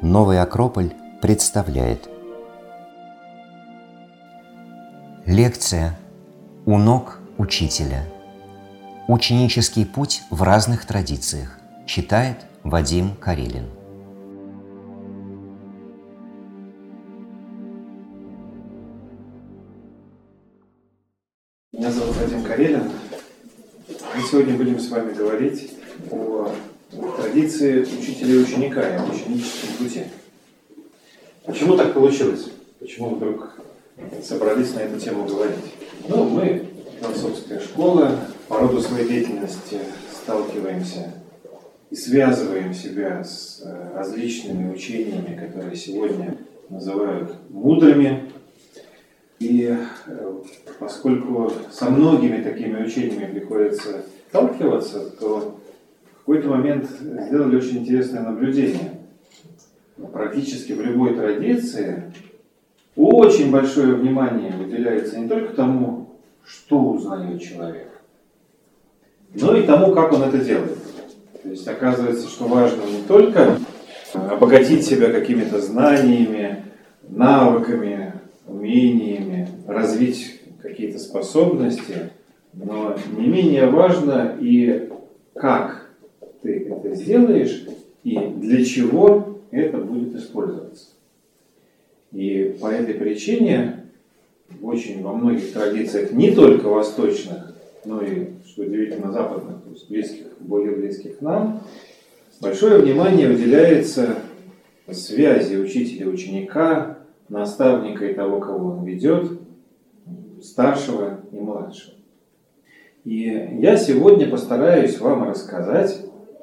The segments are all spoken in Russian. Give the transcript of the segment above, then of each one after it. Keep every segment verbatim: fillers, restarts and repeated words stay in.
Новый Акрополь представляет лекция «У ног учителя. Ученический путь в разных традициях». Читает Вадим Карелин. Меня зовут Вадим Карелин. Мы сегодня будем с вами говорить о традиции учителя и ученика и об ученическом пути. Почему так получилось? Почему вдруг собрались на эту тему говорить? Ну, мы, философская школа, по роду своей деятельности сталкиваемся и связываем себя с различными учениями, которые сегодня называют мудрыми. И поскольку со многими такими учениями приходится сталкиваться, то в какой-то момент сделали очень интересное наблюдение. Практически в любой традиции очень большое внимание уделяется не только тому, что узнает человек, но и тому, как он это делает. То есть оказывается, что важно не только обогатить себя какими-то знаниями, навыками, умениями, развить какие-то способности, но не менее важно и как ты это сделаешь и для чего это будет использоваться. И по этой причине очень во многих традициях, не только восточных, но и, что удивительно, западных, то есть близких, более близких к нам, большое внимание уделяется связи учителя и ученика, наставника и того, кого он ведет, старшего и младшего. И я сегодня постараюсь вам рассказать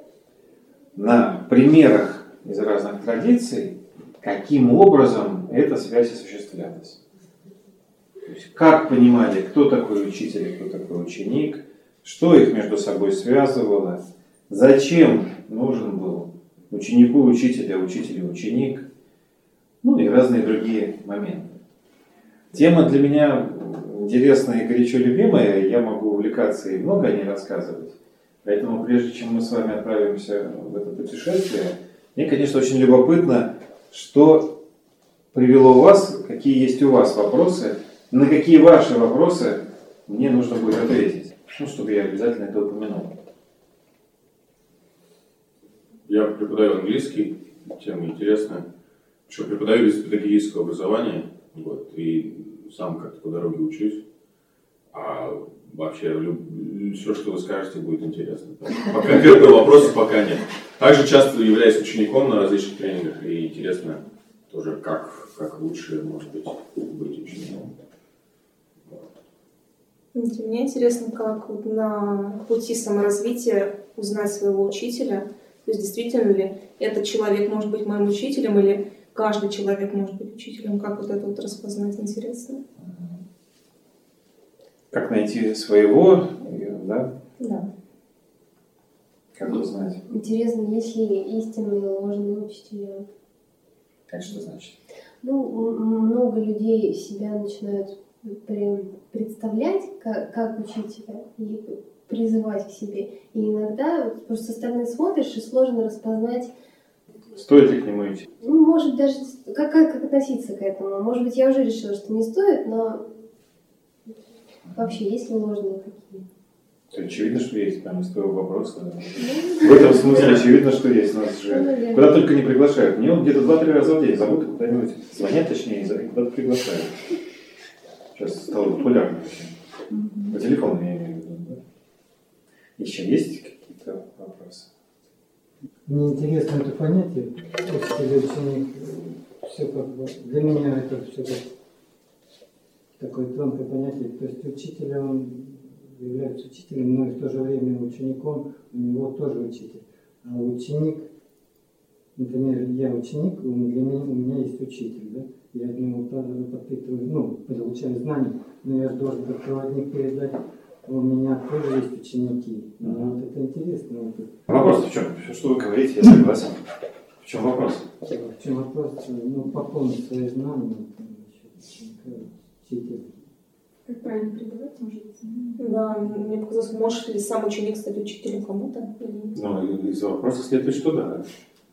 на примерах из разных традиций, каким образом эта связь осуществлялась. То есть, как понимали, кто такой учитель и кто такой ученик, что их между собой связывало, зачем нужен был ученику учитель, а учителю ученик, ну и разные другие моменты. Тема для меня интересная и горячо любимая, я могу увлекаться и много о ней рассказывать. Поэтому прежде чем мы с вами отправимся в это путешествие, мне, конечно, очень любопытно, что привело вас, какие есть у вас вопросы, на какие ваши вопросы мне нужно будет ответить, ну, чтобы я обязательно это упомянул. Я преподаю английский, тема интересная. Еще преподаю без педагогического образования, вот, и сам как-то по дороге учусь. А вообще, люб... все, что вы скажете, будет интересно. По конкретному вопросу пока нет. Также часто являюсь учеником на различных тренингах, и интересно тоже, как, как лучше, может быть, быть учеником. Мне интересно, как вот на пути саморазвития узнать своего учителя. То есть, действительно ли этот человек может быть моим учителем, или каждый человек может быть учителем? Как вот это вот распознать, интересно? Как найти своего, да? Да. Как узнать? Интересно, есть ли истинные и ложные учителя? Это что значит? Ну, много людей себя начинают представлять как, как учителя и призывать к себе. И иногда просто со стороны смотришь, и сложно распознать. Стоит ли к нему идти? Ну, может, даже как, как, как относиться к этому. Может быть, я уже решила, что не стоит, но вообще есть ли ложные какие? Очевидно, что есть, прямо из твоего вопроса. В этом смысле очевидно, что есть. Нас же куда только не приглашают. Мне он где-то два-три раза в день зовут куда-нибудь. Звонят, точнее, и куда-то приглашают. Сейчас стало популярно вообще. По телефону я имею в виду. Да? Еще есть какие-то вопросы? Мне интересно это понятие, учитель и ученик. Все как бы, для меня это все как такое тонкое понятие. То есть учитель, он является учителем, но и в то же время учеником, у него тоже учитель. А ученик, например, я ученик, для меня, у меня есть учитель, да? Я от него подпитываю, ну, получаю знания, но я должен как проводник передать, у меня тоже есть ученики. Ну, вот это интересно. Вот это. Вопрос в чем? Что вы говорите, я согласен. В чем вопрос? В чем вопрос? Ну, пополнить свои знания, учителя. Как правильно преподавать, может быть? Да, мне показалось, может ли сам ученик стать учителем кому-то? Ну, из вопроса следует, что да.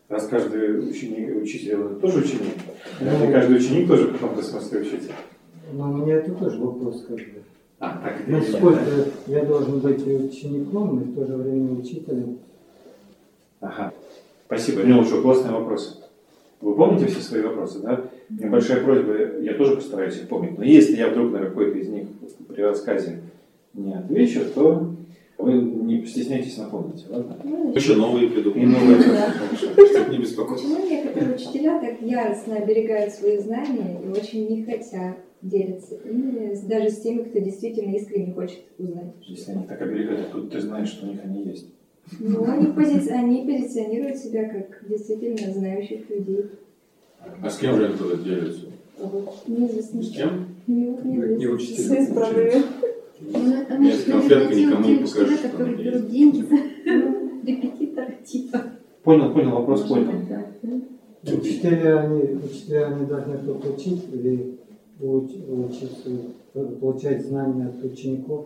Раз каждый ученик, учитель он тоже ученик, ну, и каждый ученик тоже в каком-то смысле учитель. Но у меня это тоже вопрос как бы. А, так это Насколько да? я должен быть и учеником, и в то же время учителем? Ага. Спасибо. Ну, что, классные вопросы. Вы помните все свои вопросы, да? Небольшая просьба, я тоже постараюсь их помнить. Но если я вдруг на какой-то из них при рассказе не отвечу, то вы не стесняйтесь напомнить, ладно? Еще новые И придумали. новые Да. тоже. Не беспокойтесь. Почему некоторые учителя так яростно оберегают свои знания и очень не хотят делиться ими, с- даже с теми, кто действительно искренне хочет узнать? Если они так оберегают, откуда ты знаешь, что у них они есть? Ну, они, пози- они позиционируют себя как действительно знающих людей. А с кем же они тогда делятся? А вот неизвестно. С кем? Ну, вот Не неизвестно. учитель. С избранными. Ну, это Нет, может, конфетку наверное, те никому те не учителя, покажешь, которые что берут есть. деньги за ну, репетитора типа. Понял, понял, вопрос Может понял. быть, да. Учителя, они, учителя, они должны только учить или уч- учиться, получать знания от учеников?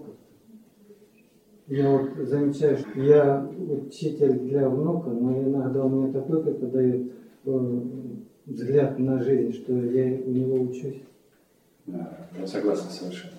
Я вот замечаю, что я учитель для внука, но иногда у меня такой как-то дает э, взгляд на жизнь, что я у него учусь. Да, я согласен совершенно.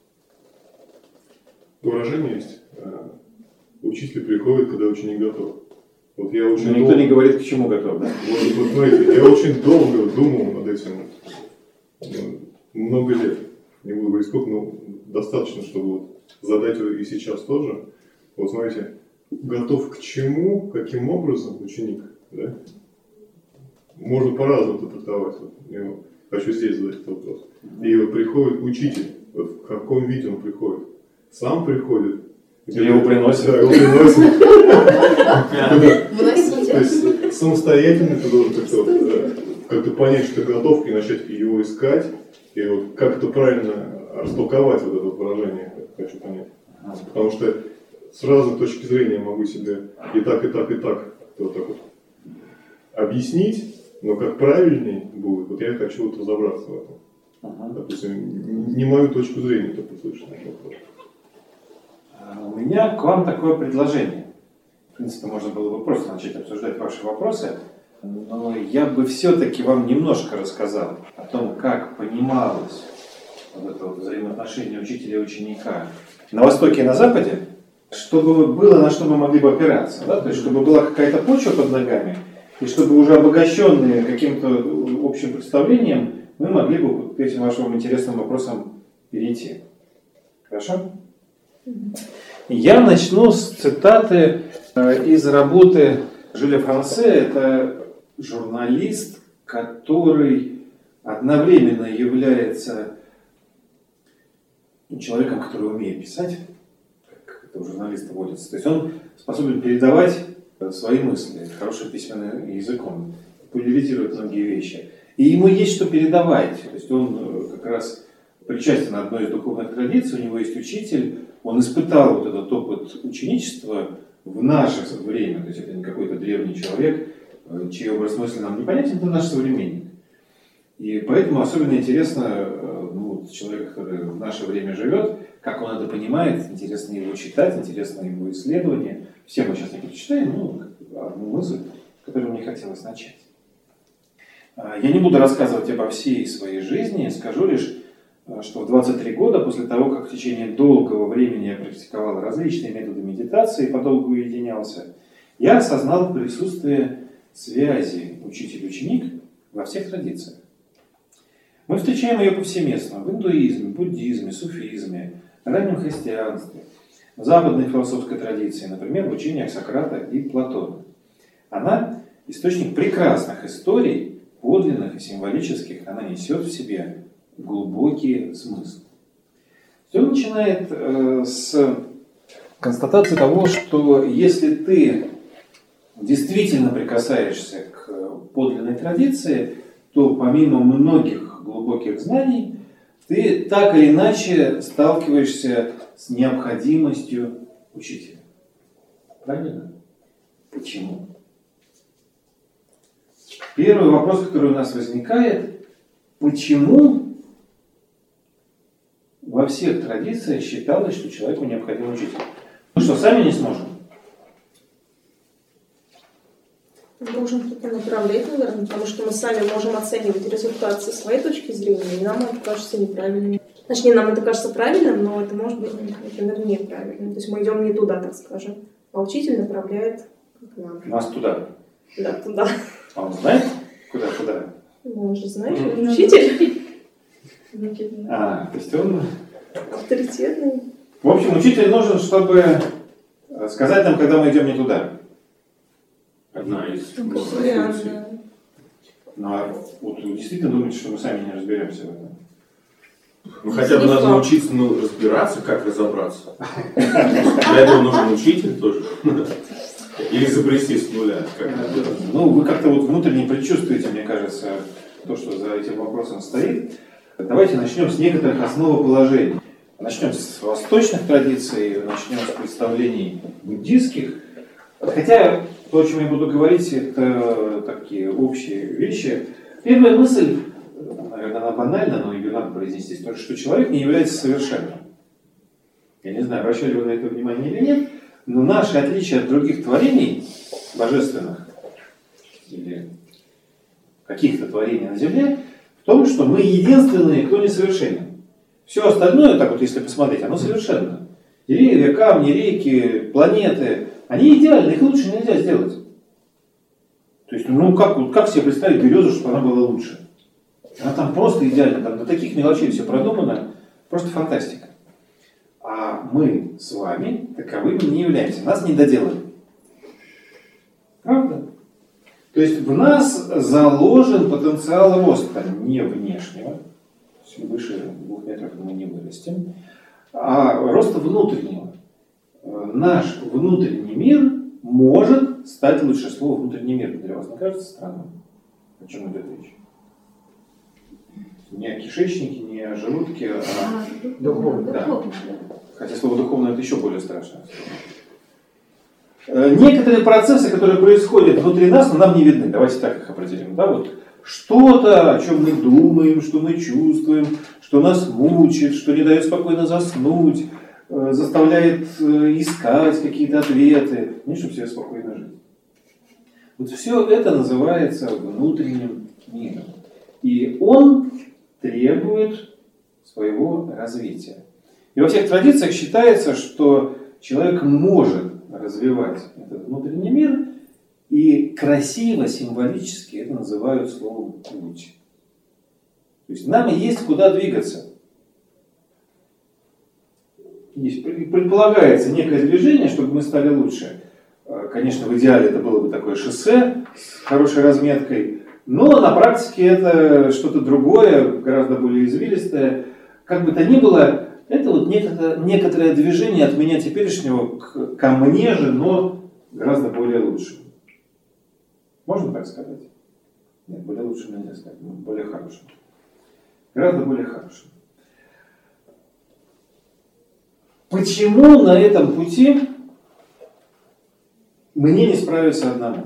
Выражение есть. э, Учитель приходит, когда ученик готов. Вот я очень Но никто долго, не говорит, к чему готов, да? вот, вот знаете, я очень долго думал над этим, ну, много лет. Не буду говорить сколько, но достаточно, чтобы вот задать его и сейчас тоже. Вот смотрите, готов к чему, каким образом ученик, да? Можно по-разному это трактовать. Вот, я хочу здесь задать этот вопрос. И вот приходит учитель, вот в каком виде он приходит? Сам приходит? Или его приносят? Да, его приносят. Выносите. То есть самостоятельно ты должен как-то, вот, э, как-то понять, что ты готов, и начать его искать, и вот как это правильно растолковать вот это вот выражение, хочу понять. Потому что с разных точки зрения могу себе и так, и так, и так, вот так вот объяснить, но как правильней будет, вот я хочу вот разобраться в этом. Ага. Допустим, не мою точку зрения только слышать на этот вопрос. А У меня к вам такое предложение. В принципе, можно было бы просто начать обсуждать ваши вопросы, но я бы все-таки вам немножко рассказал о том, как понималось вот это вот взаимоотношение учителя и ученика на Востоке и на Западе, чтобы было на что мы могли бы опираться, да? То есть чтобы была какая-то почва под ногами, и чтобы уже обогащенные каким-то общим представлением мы могли бы вот к этим вашим интересным вопросам перейти. Хорошо? Я начну с цитаты э, из работы Жиля Франсе. Это журналист, который одновременно является человеком, который умеет писать, как это у журналиста водится. То есть он способен передавать свои мысли хорошим письменным языком, популяризирует многие вещи. И ему есть что передавать. То есть он э, как раз причастен одной из духовных традиций, у него есть учитель, он испытал вот этот опыт ученичества в наше время, то есть это не какой-то древний человек, чей образ мысли нам непонятен, это наш современник. И поэтому особенно интересно, ну, человек, который в наше время живет, как он это понимает, интересно его читать, интересно его исследование. Все мы сейчас не перечитаем, ну, одну мысль, которую мне хотелось начать. Я не буду рассказывать обо всей своей жизни, скажу лишь, что в двадцать три года, после того, как в течение долгого времени я практиковал различные методы медитации и подолгу уединялся, я осознал присутствие связи учитель-ученик во всех традициях. Мы встречаем ее повсеместно в индуизме, буддизме, суфизме, раннем христианстве, в западной философской традиции, например, в учениях Сократа и Платона. Она источник прекрасных историй, подлинных и символических, она несет в себе глубокие смыслы. Все начинает э, с констатации того, что если ты действительно прикасаешься к подлинной традиции, то помимо многих глубоких знаний, ты так или иначе сталкиваешься с необходимостью учителя. Правильно? Почему? Первый вопрос, который у нас возникает, почему во всех традициях считалось, что человеку необходим учитель? Мы что, сами не сможем? Должен кто-то направлять, наверное, потому что мы сами можем оценивать результат со своей точки зрения, и нам это кажется неправильным. Точнее, нам это кажется правильным, но это может быть, например, неправильным. То есть мы идем не туда, так скажем. А учитель направляет к нам. Нас туда. Да, туда. А он знает, куда, куда? Ну, он же знает, он учитель. А, то есть он... Авторитетный. В общем, учитель нужен, чтобы сказать нам, когда мы идем не туда. Одна из Ну, многих вариант, функций. да. Ну, а вот вы действительно думаете, что мы сами не разберемся в этом? Ну, хотя бы надо научиться ну, разбираться, как разобраться. Для этого нужен учитель тоже. Или изобрести с нуля. Как ну, вы как-то вот внутренне предчувствуете, мне кажется, то, что за этим вопросом стоит. Давайте начнем с некоторых основоположений. Начнем с восточных традиций, начнем с представлений буддистских. Хотя то, о чем я буду говорить, это такие общие вещи. Первая мысль, наверное, она банальна, но ее надо произнести, то, что человек не является совершенным. Я не знаю, обращали вы на это внимание или нет, но наше отличие от других творений, божественных, или каких-то творений на Земле, в том, что мы единственные, кто несовершенен. Все остальное, так вот если посмотреть, оно совершенно. Деревья, камни, реки, планеты, они идеальны, их лучше нельзя сделать. То есть, ну как, вот, как себе представить березу, чтобы она была лучше? Она там просто идеальна, там до таких мелочей все продумано, просто фантастика. А мы с вами таковыми не являемся, нас не доделали. Правда? То есть в нас заложен потенциал роста не внешнего, выше двух метров мы не вырастем, а роста внутреннего. Наш внутренний мир может стать, лучше слово внутренний мир, для вас не кажется странным? О чем идет речь? Не о кишечнике, не о желудке, а Духовно. Да. Хотя слово духовное это еще более страшное. Некоторые процессы, которые происходят внутри нас, но нам не видны. Давайте так их определим. Да? Вот что-то, о чем мы думаем, что мы чувствуем, что нас мучит, что не дает спокойно заснуть, заставляет искать какие-то ответы, не чтобы себе спокойно жить. Вот все это называется внутренним миром. И он требует своего развития. И во всех традициях считается, что человек может развивать этот внутренний мир, и красиво, символически это называют словом «путь». То есть нам есть куда двигаться. Есть, предполагается некое движение, чтобы мы стали лучше. Конечно, в идеале это было бы такое шоссе с хорошей разметкой, но на практике это что-то другое, гораздо более извилистое. Как бы то ни было, это вот некоторое, некоторое движение от меня теперешнего к, ко мне же, но гораздо более лучшим. Можно так сказать? Нет, более лучшим нельзя сказать, более хорошим. Гораздо более хорошим. Почему на этом пути мне не справиться одному?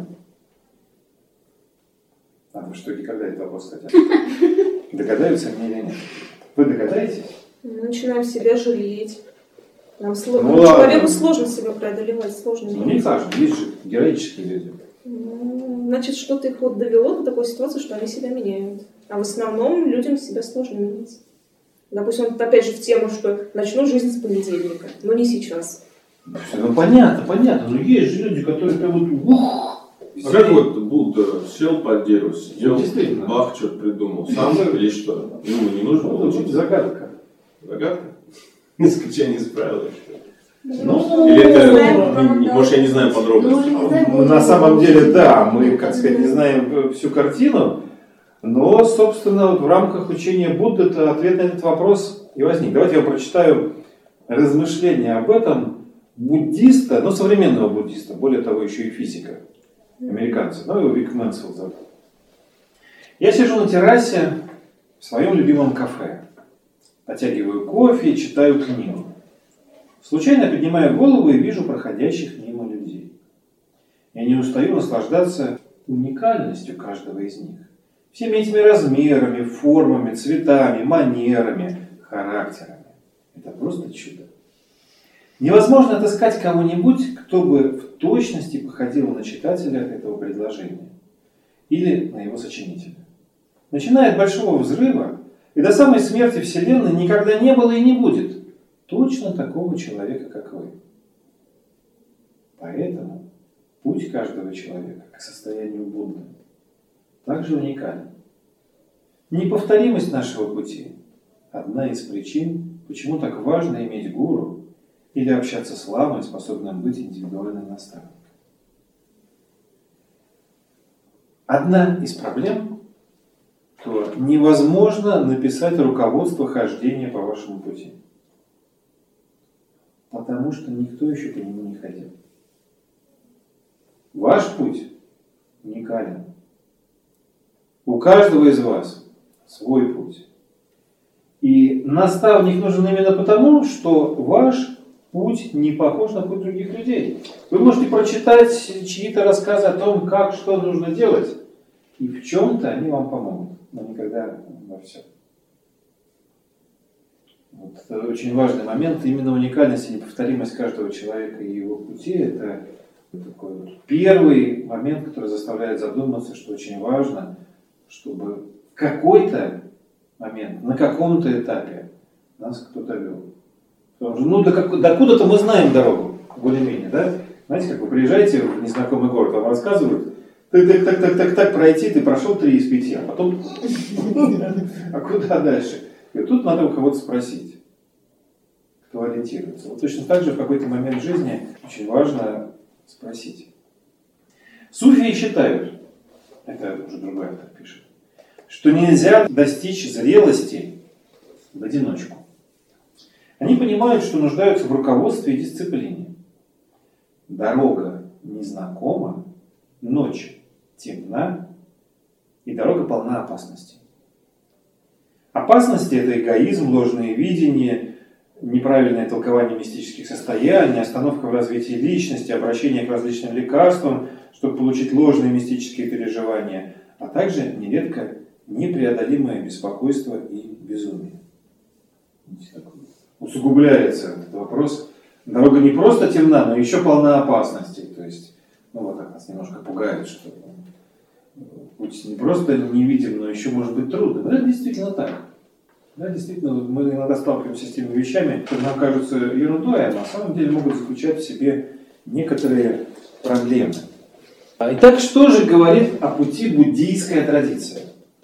А вы что, никогда этот вопрос хотят? Догадаются мне или нет? Вы догадаетесь? Мы начинаем себя жалеть. Нам сложно. Ну, Человеку сложно себя преодолевать, сложно. Ну не каждый, есть же героические люди. Ну, значит, что-то их вот довело до такой ситуации, что они себя меняют. А в основном людям себя сложно менять. Допустим, вот опять же в тему, что начну жизнь с понедельника, но не сейчас. Ну понятно, понятно, но есть же люди, которые прям вот ух, А как вот Будда сел под дерево, сидел, Действительно. бах, что-то придумал, сам или что? Ему не нужно было вот это учиться? загадка. Загадка? Исключение из правила, что ли? Ну, Или это, знаем, не- может, я не знаю подробностей. Ну, не знаю, Ну, на самом деле, да, мы, как сказать, не знаем всю картину, но, собственно, вот в рамках учения Будды это ответ на этот вопрос и возник. Давайте я прочитаю размышления об этом буддиста, ну, современного буддиста, более того, еще и физика, американца, ну, его Вик Мэнсел зовут. Я сижу на террасе в своем любимом кафе, потягиваю кофе и читаю книгу. Случайно поднимаю голову и вижу проходящих мимо людей. Я не устаю наслаждаться уникальностью каждого из них. Всеми этими размерами, формами, цветами, манерами, характерами. Это просто чудо. Невозможно отыскать кого-нибудь, кто бы в точности походил на читателя этого предложения или на его сочинителя. Начиная от Большого взрыва и до самой смерти Вселенной никогда не было и не будет точно такого человека, как вы. Поэтому путь каждого человека к состоянию Будды также уникален. Неповторимость нашего пути – одна из причин, почему так важно иметь гуру или общаться с ламой, способным быть индивидуальным наставником. Одна из проблем, что невозможно написать руководство хождения по вашему пути, потому что никто еще по нему не ходил. Ваш путь уникален. У каждого из вас свой путь. И наставник нужен именно потому, что ваш путь не похож на путь других людей. Вы можете прочитать чьи-то рассказы о том, как, что нужно делать, и в чем-то они вам помогут, но никогда во всем. Вот это очень важный момент. Именно уникальность и неповторимость каждого человека и его пути – это такой вот первый момент, который заставляет задуматься, что очень важно, чтобы в какой-то момент, на каком-то этапе нас кто-то вел. Потому что, ну, докуда-то мы знаем дорогу, более-менее, да? Знаете, как вы приезжаете в незнакомый город, вам рассказывают, так, так, так, так, так, так, пройти, ты прошел три из пяти, а потом, а куда дальше? И тут надо у кого-то спросить, кто ориентируется. Вот точно так же в какой-то момент жизни очень важно спросить. Суфии считают, это уже другой автор пишет, что нельзя достичь зрелости в одиночку. Они понимают, что нуждаются в руководстве и дисциплине. Дорога незнакома, ночь темна, и дорога полна опасностей. Опасности – это эгоизм, ложные видения, неправильное толкование мистических состояний, остановка в развитии личности, обращение к различным лекарствам, чтобы получить ложные мистические переживания, а также нередко непреодолимое беспокойство и безумие. Усугубляется этот вопрос. Дорога не просто темна, но еще полна опасностей. То есть, ну вот так нас немножко пугает, что путь не просто невидим, но еще может быть трудным. Это действительно так. Да, действительно, мы иногда сталкиваемся с теми вещами, которые нам кажутся ерундой, а на самом деле могут заключать в себе некоторые проблемы. Итак, что же говорит о пути буддийская традиция?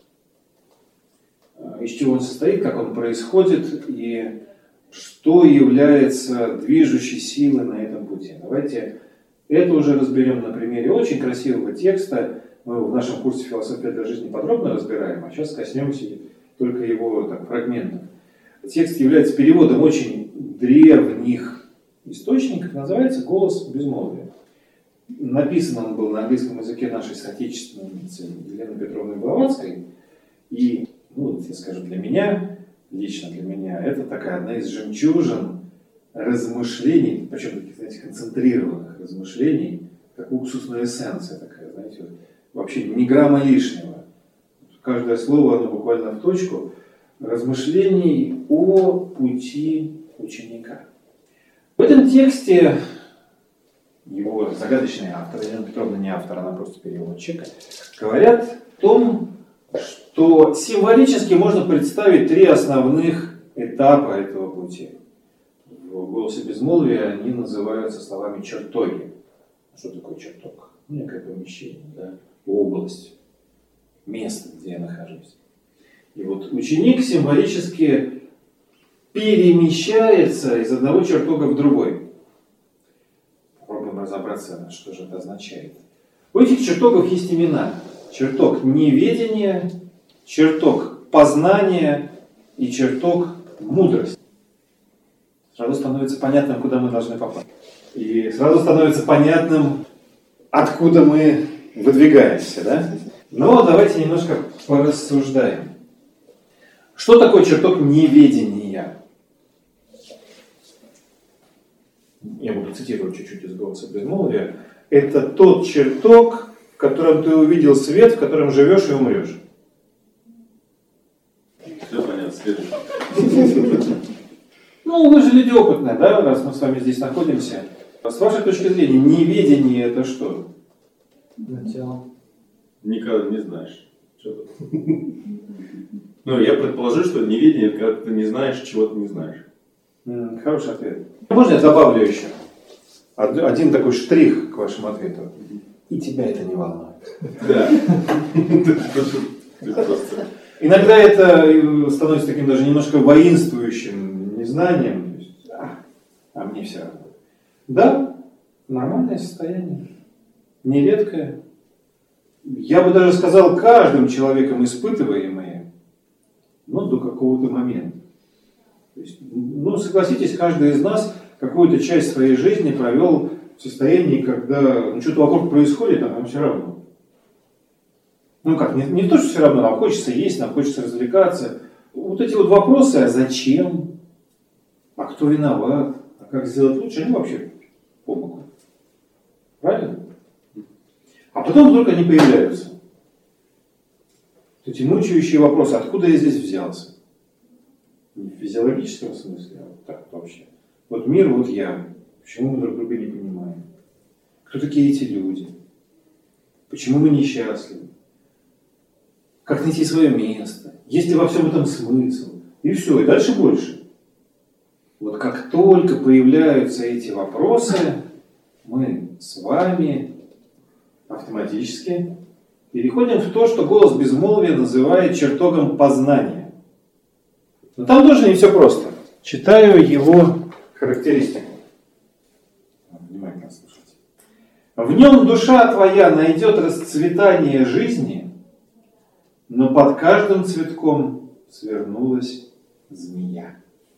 Из чего он состоит, как он происходит и что является движущей силой на этом пути? Давайте это уже разберем на примере очень красивого текста. Мы в нашем курсе «Философия для жизни» подробно разбираем, а сейчас коснемся только его так, фрагментов. Текст является переводом очень древних источников, называется «Голос безмолвия». Написан он был на английском языке нашей соотечественницы Елены Петровны Блаватской. И, ну, я скажу, для меня, лично для меня, это такая одна из жемчужин размышлений, причем таких, знаете, концентрированных размышлений, как уксусная эссенция такая, знаете, вообще ни грамма лишнего. Каждое слово, оно буквально в точку, размышлений о пути ученика. В этом тексте его загадочный автор, Елена Петровна не автор, она просто переводчик, говорят о том, что символически можно представить три основных этапа этого пути. В «Голосе безмолвия» они называются словами чертоги. Что такое чертог? Некое помещение, да? Область, место, где я нахожусь. И вот ученик символически перемещается из одного чертога в другой. Попробуем разобраться, что же это означает. У этих чертогов есть имена. Чертог неведения, чертог познания и чертог мудрости. Сразу становится понятным, куда мы должны попасть. И сразу становится понятным, откуда мы выдвигаемся. Да? Но давайте немножко порассуждаем. Что такое чертог неведения? Я буду цитировать чуть-чуть из «Голоса безмолвия». Это тот чертог, в котором ты увидел свет, в котором живешь и умрешь. Все понятно, следующий. Ну, вы же люди опытные, да, раз мы с вами здесь находимся. С вашей точки зрения, неведение это что? Начало. Никогда не знаешь. Что-то. Ну, я предположу, что неведение это когда ты не знаешь, чего ты не знаешь. М, Хороший ответ. Можно я добавлю еще? Од- Один такой штрих к вашему ответу. И тебя это не волнует. Да. Ты просто- Иногда это э, становится таким даже немножко воинствующим незнанием. То есть, а, а мне все равно. Да, нормальное состояние. Нередкое. Я бы даже сказал, каждым человеком испытываемое, но до какого-то момента. То есть, ну, согласитесь, каждый из нас какую-то часть своей жизни провел в состоянии, когда ну, что-то вокруг происходит, а нам все равно. Ну как, не, не то, что все равно, нам хочется есть, нам хочется развлекаться. Вот эти вот вопросы, а зачем? А кто виноват? А как сделать лучше? Они вообще по боку. Правильно? А потом вдруг они появляются. Эти мучающие вопросы, откуда я здесь взялся? Не в физиологическом смысле, а вот так вообще. Вот мир, вот я. Почему мы друг друга не понимаем? Кто такие эти люди? Почему мы несчастливы? Как найти свое место? Есть ли во всем этом смысл? И все, и дальше больше. Вот как только появляются эти вопросы, мы с вами автоматически переходим в то, что голос безмолвия называет чертогом познания. Но там тоже не все просто. Читаю его характеристику. Внимательно слушайте. В нем душа твоя найдет расцветание жизни, но под каждым цветком свернулась змея.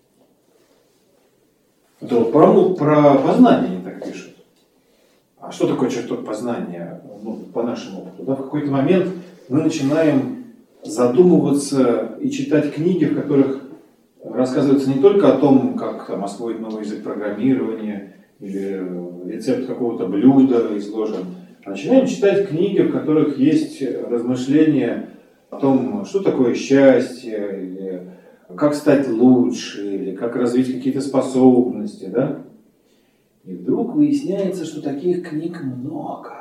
Это вот про, про познание они так пишут. А что такое чертог познания? Ну, по нашему опыту. Да? В какой-то момент мы начинаем задумываться и читать книги, в которых рассказывается не только о том, как там, освоить новый язык программирования или рецепт какого-то блюда изложен, а начинаем читать книги, в которых есть размышления о том, что такое счастье, или как стать лучше, или как развить какие-то способности, да? И вдруг выясняется, что таких книг много.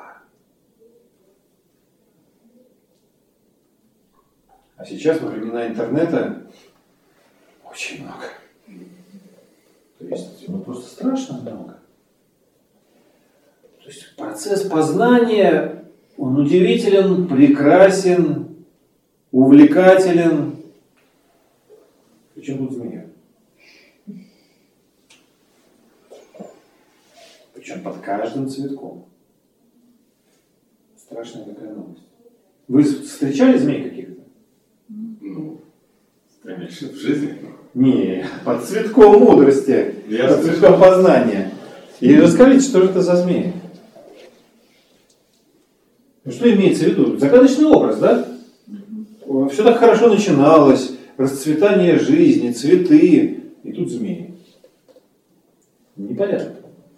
А сейчас, во времена интернета, очень много. То есть, ну, просто страшно много. То есть, процесс познания, он удивителен, прекрасен, увлекателен. Причем тут змея? Причем под каждым цветком. Страшная такая новость. Вы встречали змей каких-то? Ну, конечно, в жизни. Не, под цветком мудрости, Я под цветком познания. И расскажите, что же это за змеи? Ну, что имеется в виду? Загадочный образ, да? Все так хорошо начиналось, расцветание жизни, цветы, и тут змеи. Непонятно.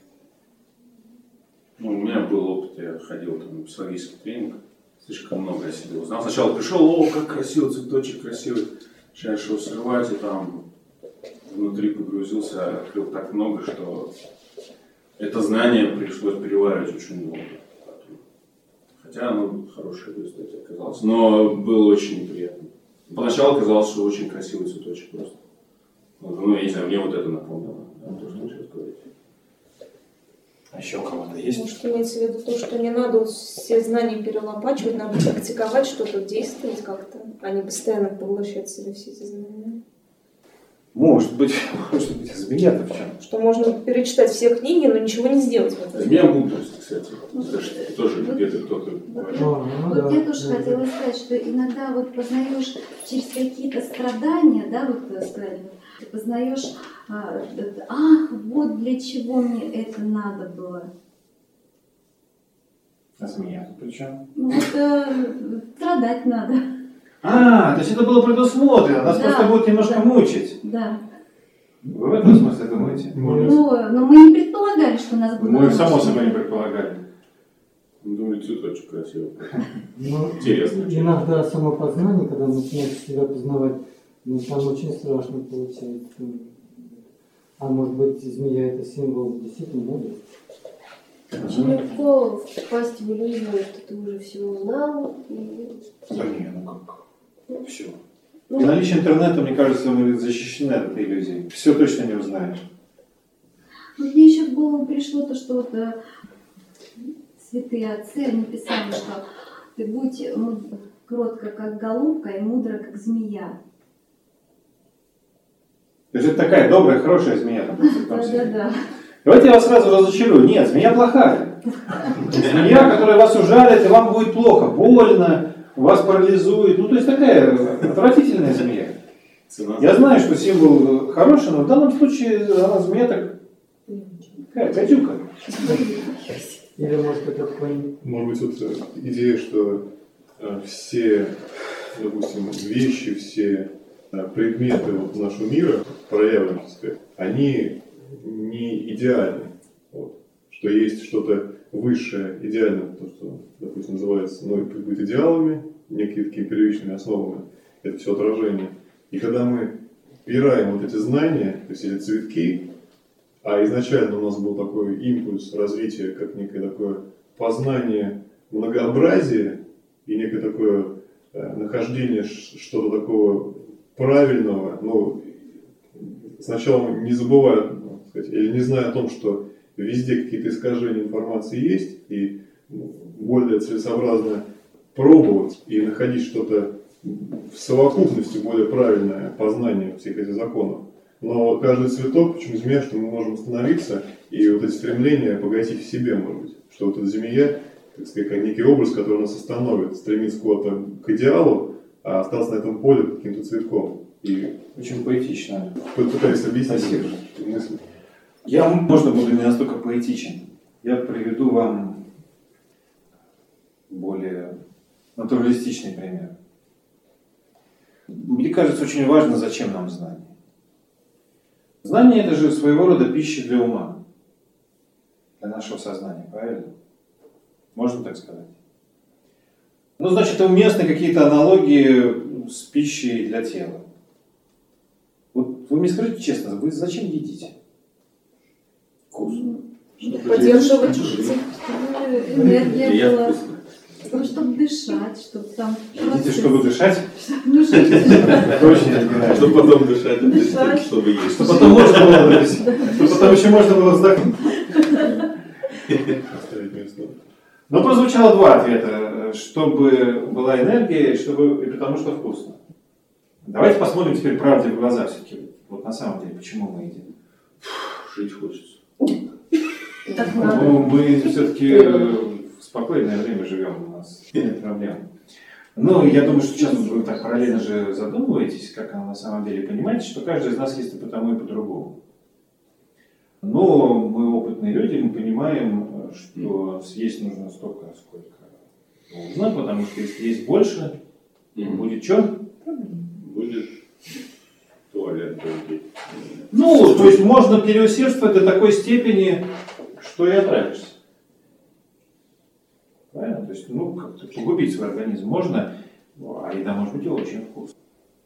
Ну, у меня был опыт, я ходил там, на психологический тренинг, слишком много о себе узнал. Сначала пришел, о, как красивый цветочек, красивый. Начинаешь его срывать, и там внутри погрузился, открыл так много, что это знание пришлось переваривать очень много. Хотя оно хорошее в результате оказалось. Но было очень неприятно. Поначалу казалось, что очень красивый цветочек просто. Ну, я не знаю, мне вот это напомнило, да, то, что вы сейчас говорите. А еще у кого-то есть? Может, имеется в виду то, что не надо вот все знания перелопачивать, надо практиковать что-то, действовать как-то, а не постоянно поглощать в себя все эти знания. Может быть, может быть, змея-то в чем? Что можно перечитать все книги, но ничего не сделать в этом. Змея мудрость, кстати. Это же тоже где-то кто-то говорит. О, ну Вот да, я тоже да, хотела да. сказать, что иногда вот познаешь через какие-то страдания, да, вот вы сказали, ты познаешь, а, ах, вот для чего мне это надо было. А змея-то при чем? Ну, вот э, страдать надо. А, то есть это было предусмотрено, нас Да, просто будут немножко да. мучить. Да. Вы в этом смысле думаете? Ну, но мы не предполагали, что нас будут Мы само мучить. собой не предполагали. Думаю, цветочек красивый. Ну, Интересно. иногда самопознание, когда начинаешь себя познавать, ну, там очень страшно получается. А может быть, змея это символ действительно мудрости? Очень легко впасть в иллюзию, что ты уже все узнал. И... Да не, ну как? Все. При наличии интернета, мне кажется, мы защищены от этой иллюзии. Все точно не узнаешь. Ну, мне еще в голову пришло то, что вот э, святые отцы, они писали, что ты будь кротко, как голубка, и мудро, как змея. То есть это такая добрая, хорошая змея. Там, там Да-да-да. Давайте я вас сразу разочарую. Нет, змея плохая. Змея, которая вас ужалит, и вам будет плохо, больно, вас парализует. Ну, то есть такая отвратительная змея. Я знаю, что символ хороший, но в данном случае она змея так... Какая гадюка. Или может это такой... Может быть, вот идея, что э, все, допустим, вещи, все э, предметы вот нашего мира, проявленные, так сказать, они не идеальны. Вот. Что есть что-то высшее, идеальное, то, что, допустим, называется, ну, быть идеалами, некие такими первичными основами, это все отражение. И когда мы вбираем вот эти знания, то есть эти цветки, а изначально у нас был такой импульс развития, как некое такое познание многообразия и некое такое э, нахождение что-то такого правильного, но сначала не забывая, ну, сказать, или не зная о том, что везде какие-то искажения информации есть, и более целесообразно пробовать и находить что-то в совокупности более правильное познание всех этих законов. Но каждый цветок, почему змея, что мы можем остановиться и вот эти стремления погасить в себе, может быть. Что вот эта змея, так сказать, как некий образ, который нас остановит, стремится куда-то к идеалу, а остаться на этом поле каким-то цветком. И очень поэтично. Пытаюсь объяснить Спасибо. мысль. Я, можно, буду не настолько поэтичен. Я приведу вам более натуралистичный пример. Мне кажется, очень важно, зачем нам знание. Знание – это же своего рода пища для ума, для нашего сознания, правильно? Можно так сказать? Ну, значит, уместны какие-то аналогии с пищей для тела. Вот вы мне скажите честно, вы зачем едите? Вкусно. Поддерживать жизнь. Энергия была. Ну, чтобы дышать, чтобы там... Едите, чтобы дышать? Дышать. Точно не знаю. Чтобы потом дышать, Дышать. чтобы есть. Чтобы потом можно было дышать. Чтобы потом еще можно было вздохнуть. Оставить место. Но прозвучало два ответа. Чтобы была энергия, и, чтобы, и потому что вкусно. Давайте посмотрим теперь правде в глаза все-таки. Вот на самом деле, почему мы едим. Жить хочется. Так надо. Ну, мы все-таки в спокойное время живем, у нас нет проблем. Ну, я думаю, что сейчас вы так параллельно же задумываетесь, как оно на самом деле, понимаете, что каждый из нас есть и по тому, и по-другому. Но мы опытные люди, мы понимаем, что съесть нужно столько, сколько нужно, потому что если есть больше, будет что? Будет туалет долгий. Ну, то есть можно переусердствовать до такой степени, что и отравишься. Правильно? То есть, ну, как-то погубить свой организм можно, а еда может быть и очень вкусной.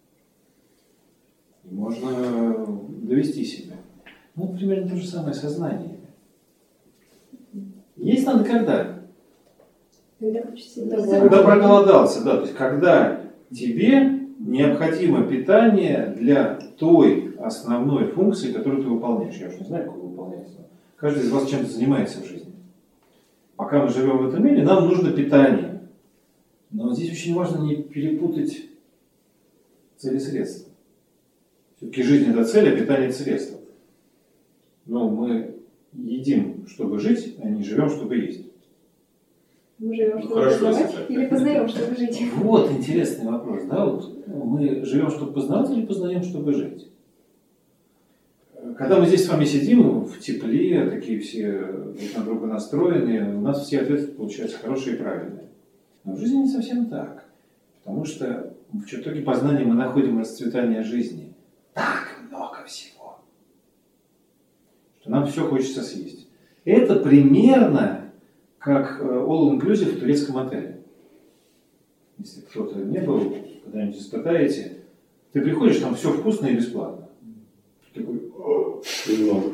И можно довести себя. Ну, примерно то же самое сознание. Есть надо когда? Когда проголодался, да. То есть, когда тебе необходимо питание для той основной функции, которую ты выполняешь. Я уж не знаю, какую выполняешь. Каждый из вас чем-то занимается в жизни. Пока мы живем в этом мире, нам нужно питание. Но здесь очень важно не перепутать цели и средства. Все-таки жизнь – это цель, а питание – это средство. Но мы едим, чтобы жить, а не живем, чтобы есть. Мы живем, Ну, чтобы хорошо, познавать, если так. или познаем, чтобы жить? Вот интересный вопрос. Да? Вот мы живем, чтобы познавать, или познаем, чтобы жить? Когда мы здесь с вами сидим в тепле, такие все друг на друга настроенные, у нас все ответы получаются хорошие и правильные. Но в жизни не совсем так. Потому что в итоге познания мы находим расцветание жизни. Так много всего, что нам все хочется съесть. Это примерно как all inclusive в турецком отеле. Если кто-то не был, когда-нибудь испытаете, ты приходишь, там все вкусно и бесплатно. Такой, «О, немного».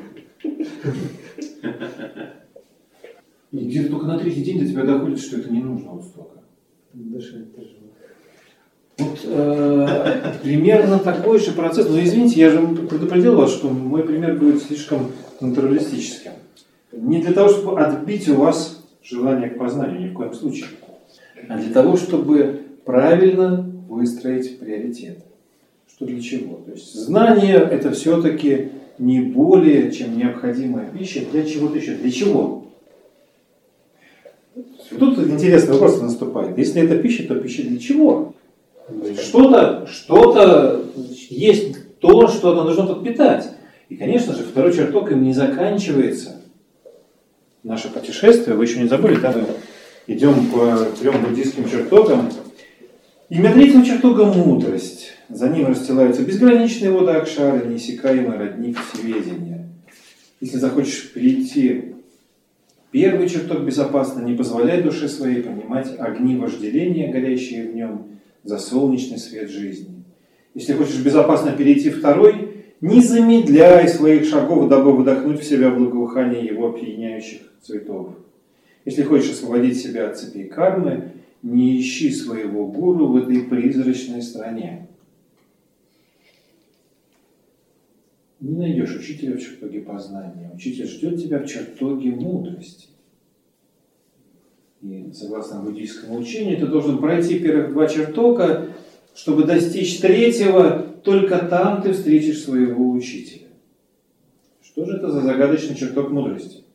И где-то только на третий день до тебя доходит, что это не нужно вот столько. Дышать тяжело. Вот э, примерно такой же процесс. Но извините, я же предупредил вас, что мой пример будет слишком натуралистическим. Не для того, чтобы отбить у вас желание к познанию, ни в коем случае, а для того, чтобы правильно выстроить приоритет. Что для чего? То есть знание – это все-таки не более чем необходимая пища для чего-то еще. Для чего? Тут интересный вопрос наступает. Если это пища, то пища для чего? Что-то, что-то есть то, что нам нужно подпитать. И, конечно же, второй чертог им не заканчивается. Наше путешествие, вы еще не забыли, да, мы идем по трем буддийским чертогам. Имя третьего чертога – мудрость. За ним расстилаются безграничные воды Акшары, неиссякаемый родник всеведения. Если захочешь перейти первый чертог безопасно, не позволяй душе своей понимать огни вожделения, горящие в нем, за солнечный свет жизни. Если хочешь безопасно перейти второй, не замедляй своих шагов, дабы вдохнуть в себя благоухание его опьяняющих цветов. Если хочешь освободить себя от цепей кармы, не ищи своего гуру в этой призрачной стране. Не найдешь учителя в чертоге познания. Учитель ждет тебя в чертоге мудрости. И согласно буддийскому учению, ты должен пройти первых два чертога, чтобы достичь третьего, только там ты встретишь своего учителя. Что же это за загадочный чертог мудрости?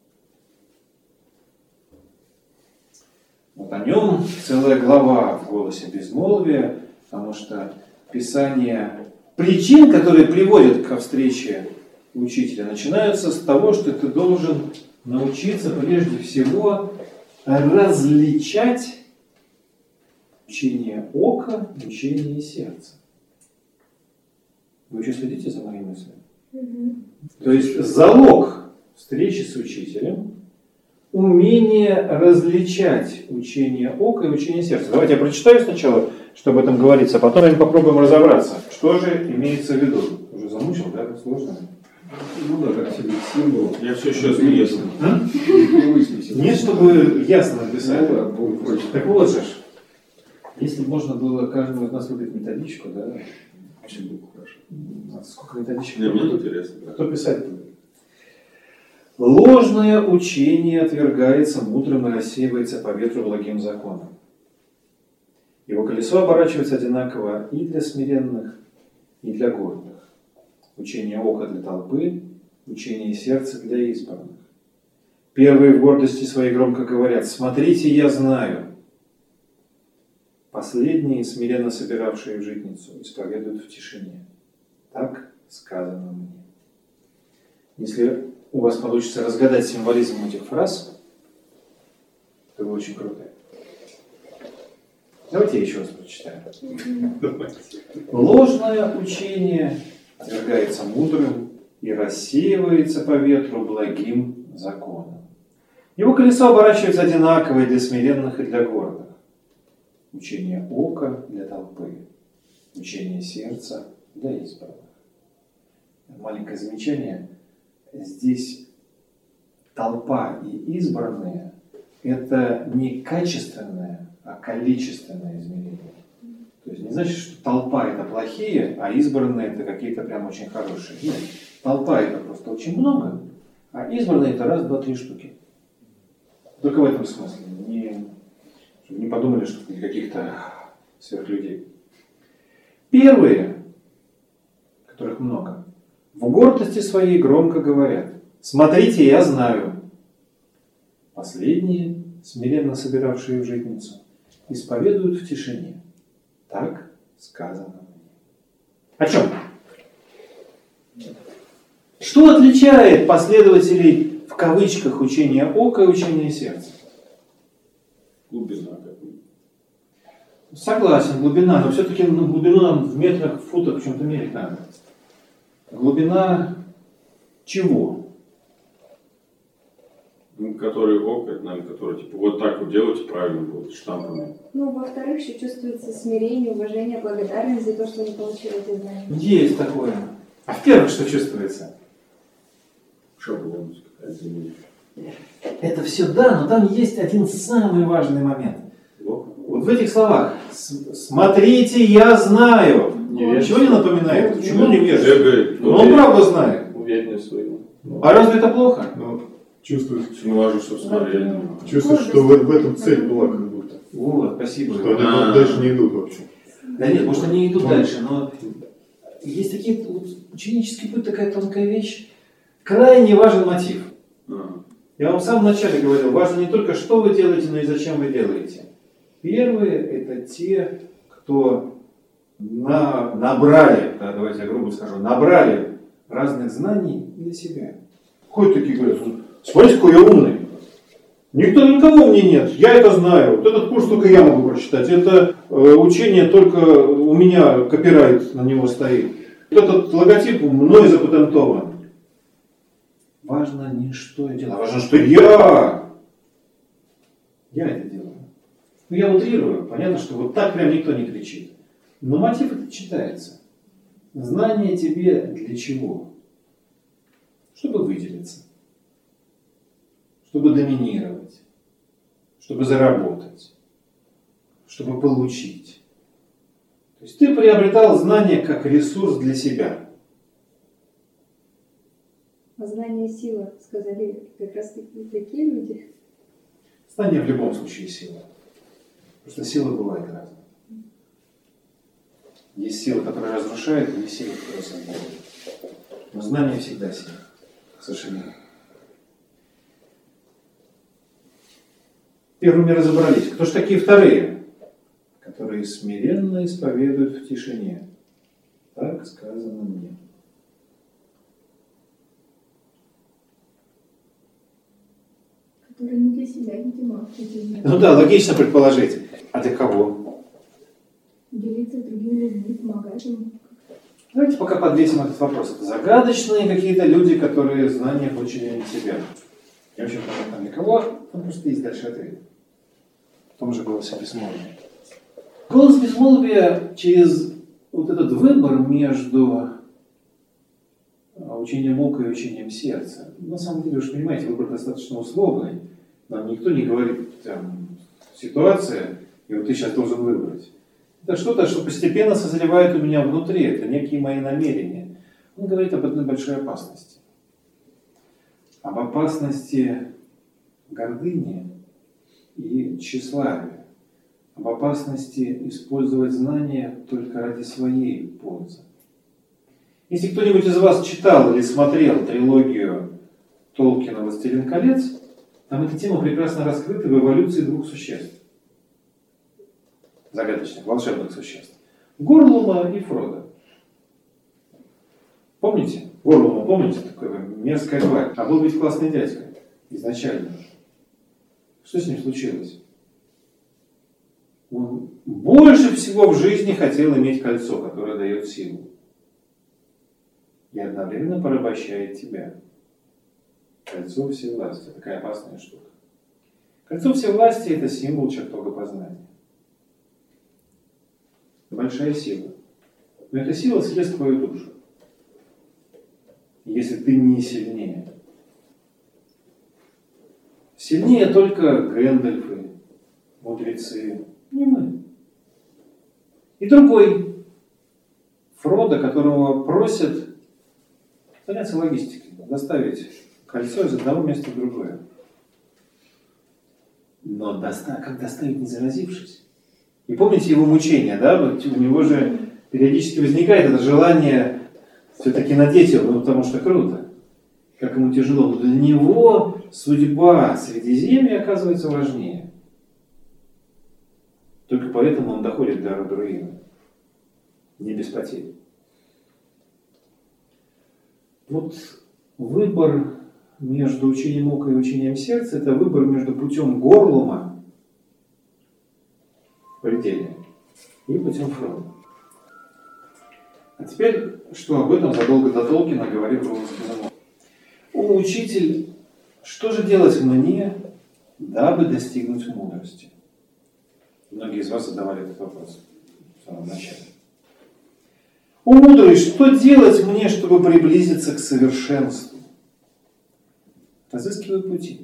Вот о нем целая глава в «Голосе безмолвия», потому что Писание причин, которые приводят ко встрече учителя, начинаются с того, что ты должен научиться прежде всего различать учение ока и учение сердца. Вы еще следите за моими мыслями? Mm-hmm. То есть залог встречи с учителем – умение различать учение ока и учение сердца. Давайте я прочитаю сначала, что об этом говорится, а потом мы попробуем разобраться, что же имеется в виду. Уже замучил, да? Сложно? Ну да, как себе символ. Я все еще смеюсь. Нет, чтобы ясно написать. Ну, да, Бог хочет. Так вот же, если бы можно было каждому из нас выдать методичку, да? Очень было хорошо. А сколько методичек? Мне будет интересно. Кто писать будет? Ложное учение отвергается мудрым и рассеивается по ветру благим законом. Его колесо оборачивается одинаково и для смиренных, и для гордых. Учение ока для толпы, учение сердца для избранных. Первые в гордости своей громко говорят: «Смотрите, я знаю». Последние, смиренно собиравшие в житницу, исповедуют в тишине. Так сказано мне. Если у вас получится разгадать символизм этих фраз, то вы очень крутые. Давайте я еще раз прочитаю. Ложное учение отвергается мудрым и рассеивается по ветру благим законом. Его колесо оборачивается одинаково и для смиренных, и для гордых. Учение ока для толпы, учение сердца для избранных. Маленькое замечание. Здесь толпа и избранные – это не качественное, а количественное измерение. То есть не значит, что толпа – это плохие, а избранные – это какие-то прям очень хорошие. Нет, толпа – это просто очень много, а избранные – это раз, два, три штуки. Только в этом смысле. Не, чтобы не подумали, что это каких-то сверхлюдей. Первые, которых много, в гордости своей громко говорят: «Смотрите, я знаю». Последние, смиренно собиравшие в житницу, исповедуют в тишине. Так сказано мне. О чем? Что отличает последователей в кавычках учения ока и учения сердца? Глубина. Согласен, глубина, но все-таки ну, глубину нам в метрах, в футах в чем-то мерить надо. Глубина чего? Который опыт, наверное, который типа вот так вот делайте, правильно будет, штампами. Ну, во-вторых, еще чувствуется смирение, уважение, благодарность за то, что они получили эти знания. Есть такое. А в первых что чувствуется? Шаблонность какая-то. Это все да, но там есть один самый важный момент. Вот в этих словах «смотрите, я знаю». Ничего не напоминает? Почему невежество? Но он правда знает. Уверенность своего. А разве это плохо? Ну, чувствуешь, Не важно, что смотреть. чувствуешь, что в, в этом цель была как будто. Вот, спасибо. Что они А. дальше не идут вообще. Да нет, может они идут Ну. дальше, но есть такие, вот, ученический путь такая тонкая вещь. Крайне важен мотив. А. Я вам в самом начале говорил, важно не только что вы делаете, но и зачем вы делаете. Первые это те, кто на, набрали, да, давайте я грубо скажу, набрали разных знаний для себя. Ходят такие говорят, смотрите, какой я умный. Никто, никого мне нет, я это знаю. Вот этот курс только я могу прочитать. Это э, учение только у меня копирайт на него стоит. Вот этот логотип мной запатентован. Важно не что я делаю, а важно, что я. Я это делаю. Ну, я утрирую. Понятно, что вот так прям никто не кричит. Но мотив это читается. Знание тебе для чего? Чтобы выделиться. Чтобы доминировать. Чтобы заработать. Чтобы получить. То есть ты приобретал знание как ресурс для себя. А знание сила, сказали как раз таки такие люди. Знание в любом случае сила. Потому что сила бывает разная. Есть сила, которая разрушает, и есть сила, которая создает. Но знание всегда сила, к сожалению. Первыми разобрались. Кто же такие вторые? Которые смиренно исповедуют в тишине. Так сказано мне. Которые не для себя, видимо, эти Ну да, логично предположить. А для кого? делиться с другими людьми, помогать им. Давайте пока подвесим этот вопрос. Это загадочные какие-то люди, которые знания получили не себя. Не очень понятно для кого, там просто есть дальше ответ. В том же голосе безмолвия. Голос безмолвия через вот этот выбор между учением ока и учением сердца. На самом деле, вы же понимаете, выбор достаточно условный. Нам никто не говорит, там, ситуация, и вот ты сейчас должен выбрать. Это что-то, что постепенно созревает у меня внутри, это некие мои намерения. Он говорит об одной большой опасности. Об опасности гордыни и тщеславия. Об опасности использовать знания только ради своей пользы. Если кто-нибудь из вас читал или смотрел трилогию Толкина «Властелин колец», там эта тема прекрасно раскрыта в эволюции двух существ. Загадочных, волшебных существ. Горлума и Фродо. Помните? Горлума, помните? Такая мерзкая тварь. А был ведь классный дядька. Изначально. Что с ним случилось? Он больше всего в жизни хотел иметь кольцо, которое дает силу. И одновременно порабощает тебя. Кольцо всевластия. Такая опасная штука. Кольцо всевластия – это символ чертога познания. Большая сила. Но эта сила съест твою душу. Если ты не сильнее. Сильнее только Гэндальфы, мудрецы. Не мы. И другой Фродо, которого просят заняться логистикой, доставить кольцо из одного места в другое. Но доста- как доставить, не заразившись? И помните его мучения, да? Вот у него же периодически возникает это желание все-таки надеть его, ну, потому что круто. Как ему тяжело. Но для него судьба Средиземья оказывается важнее. Только поэтому он доходит до Руина. Не без потерь. Вот выбор между учением ока и учением сердца – это выбор между путем Горлума в пределе и путем Фродо. А теперь, что об этом задолго до Толкина говорит голос безумного. О, учитель, что же делать мне, дабы достигнуть мудрости? Многие из вас задавали этот вопрос в самом начале. «О мудрый, что делать мне, чтобы приблизиться к совершенству?» Разыскивай пути.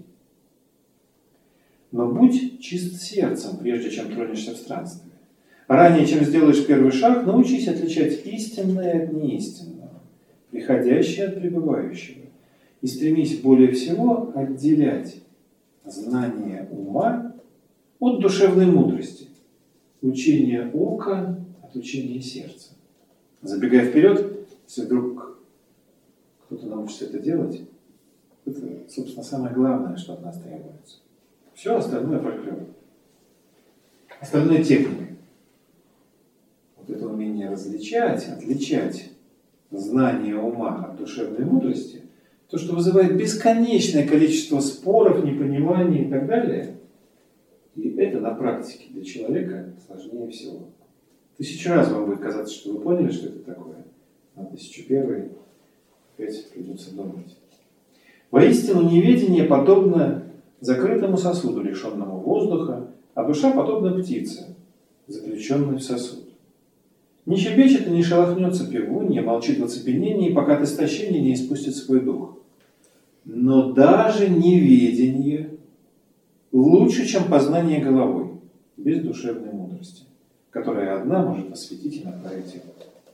Но будь чист сердцем, прежде чем тронешься в странстве. Ранее, чем сделаешь первый шаг, научись отличать истинное от неистинного, приходящее от пребывающего. И стремись более всего отделять знание ума от душевной мудрости, учение ока от учения сердца. Забегая вперед, если вдруг кто-то научится это делать, это, собственно, самое главное, что от нас требуется. Все остальное фольклор. Остальное техника. Вот это умение различать, отличать знание ума от душевной мудрости, то, что вызывает бесконечное количество споров, непониманий и так далее, и это на практике для человека сложнее всего. Тысячу раз вам будет казаться, что вы поняли, что это такое, а тысячу первый опять придется думать. Воистину, неведение подобно закрытому сосуду, лишенному воздуха, а душа подобна птице, заключенной в сосуд. Не щебечет и не шелохнется пивунья, молчит в оцепенении, пока от истощения не испустит свой дух. Но даже неведение лучше, чем познание головой, без душевной мудрости, которая одна может осветить и направить его.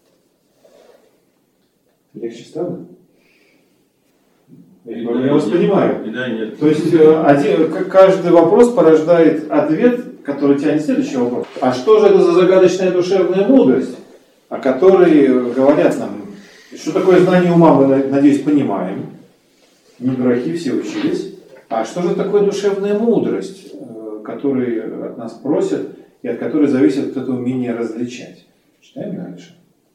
Легче стало? Я вас понимаю. Да, нет. То есть один, каждый вопрос порождает ответ, который тянет следующий вопрос. А что же это за загадочная душевная мудрость, о которой говорят нам? Что такое знание ума, мы, надеюсь, понимаем. Не дураки, все учились. А что же такое душевная мудрость, которой от нас просят и от которой зависит это умение различать? Читаем дальше.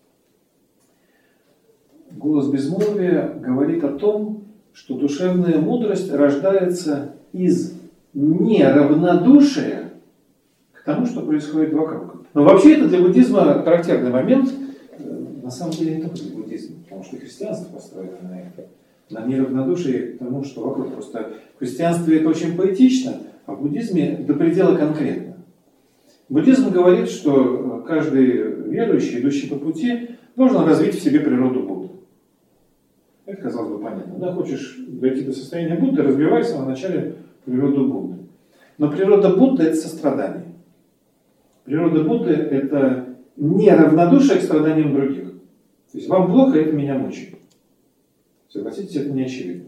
Голос безмолвия говорит о том, что душевная мудрость рождается из неравнодушия к тому, что происходит вокруг. Но вообще это для буддизма характерный момент, на самом деле не только для буддизма, потому что и христианство построено на это, на неравнодушии к тому, что вокруг. Просто в христианстве это очень поэтично, а в буддизме до предела конкретно. Буддизм говорит, что каждый верующий, идущий по пути, должен развить в себе природу Будды. Это, казалось бы, понятно. Да, хочешь дойти до состояния Будды, развивайся на начале природу Будды. Но природа Будды – это сострадание. Природа Будды – это неравнодушие к страданиям других. То есть вам плохо, это меня мучает. Согласитесь, это не очевидно.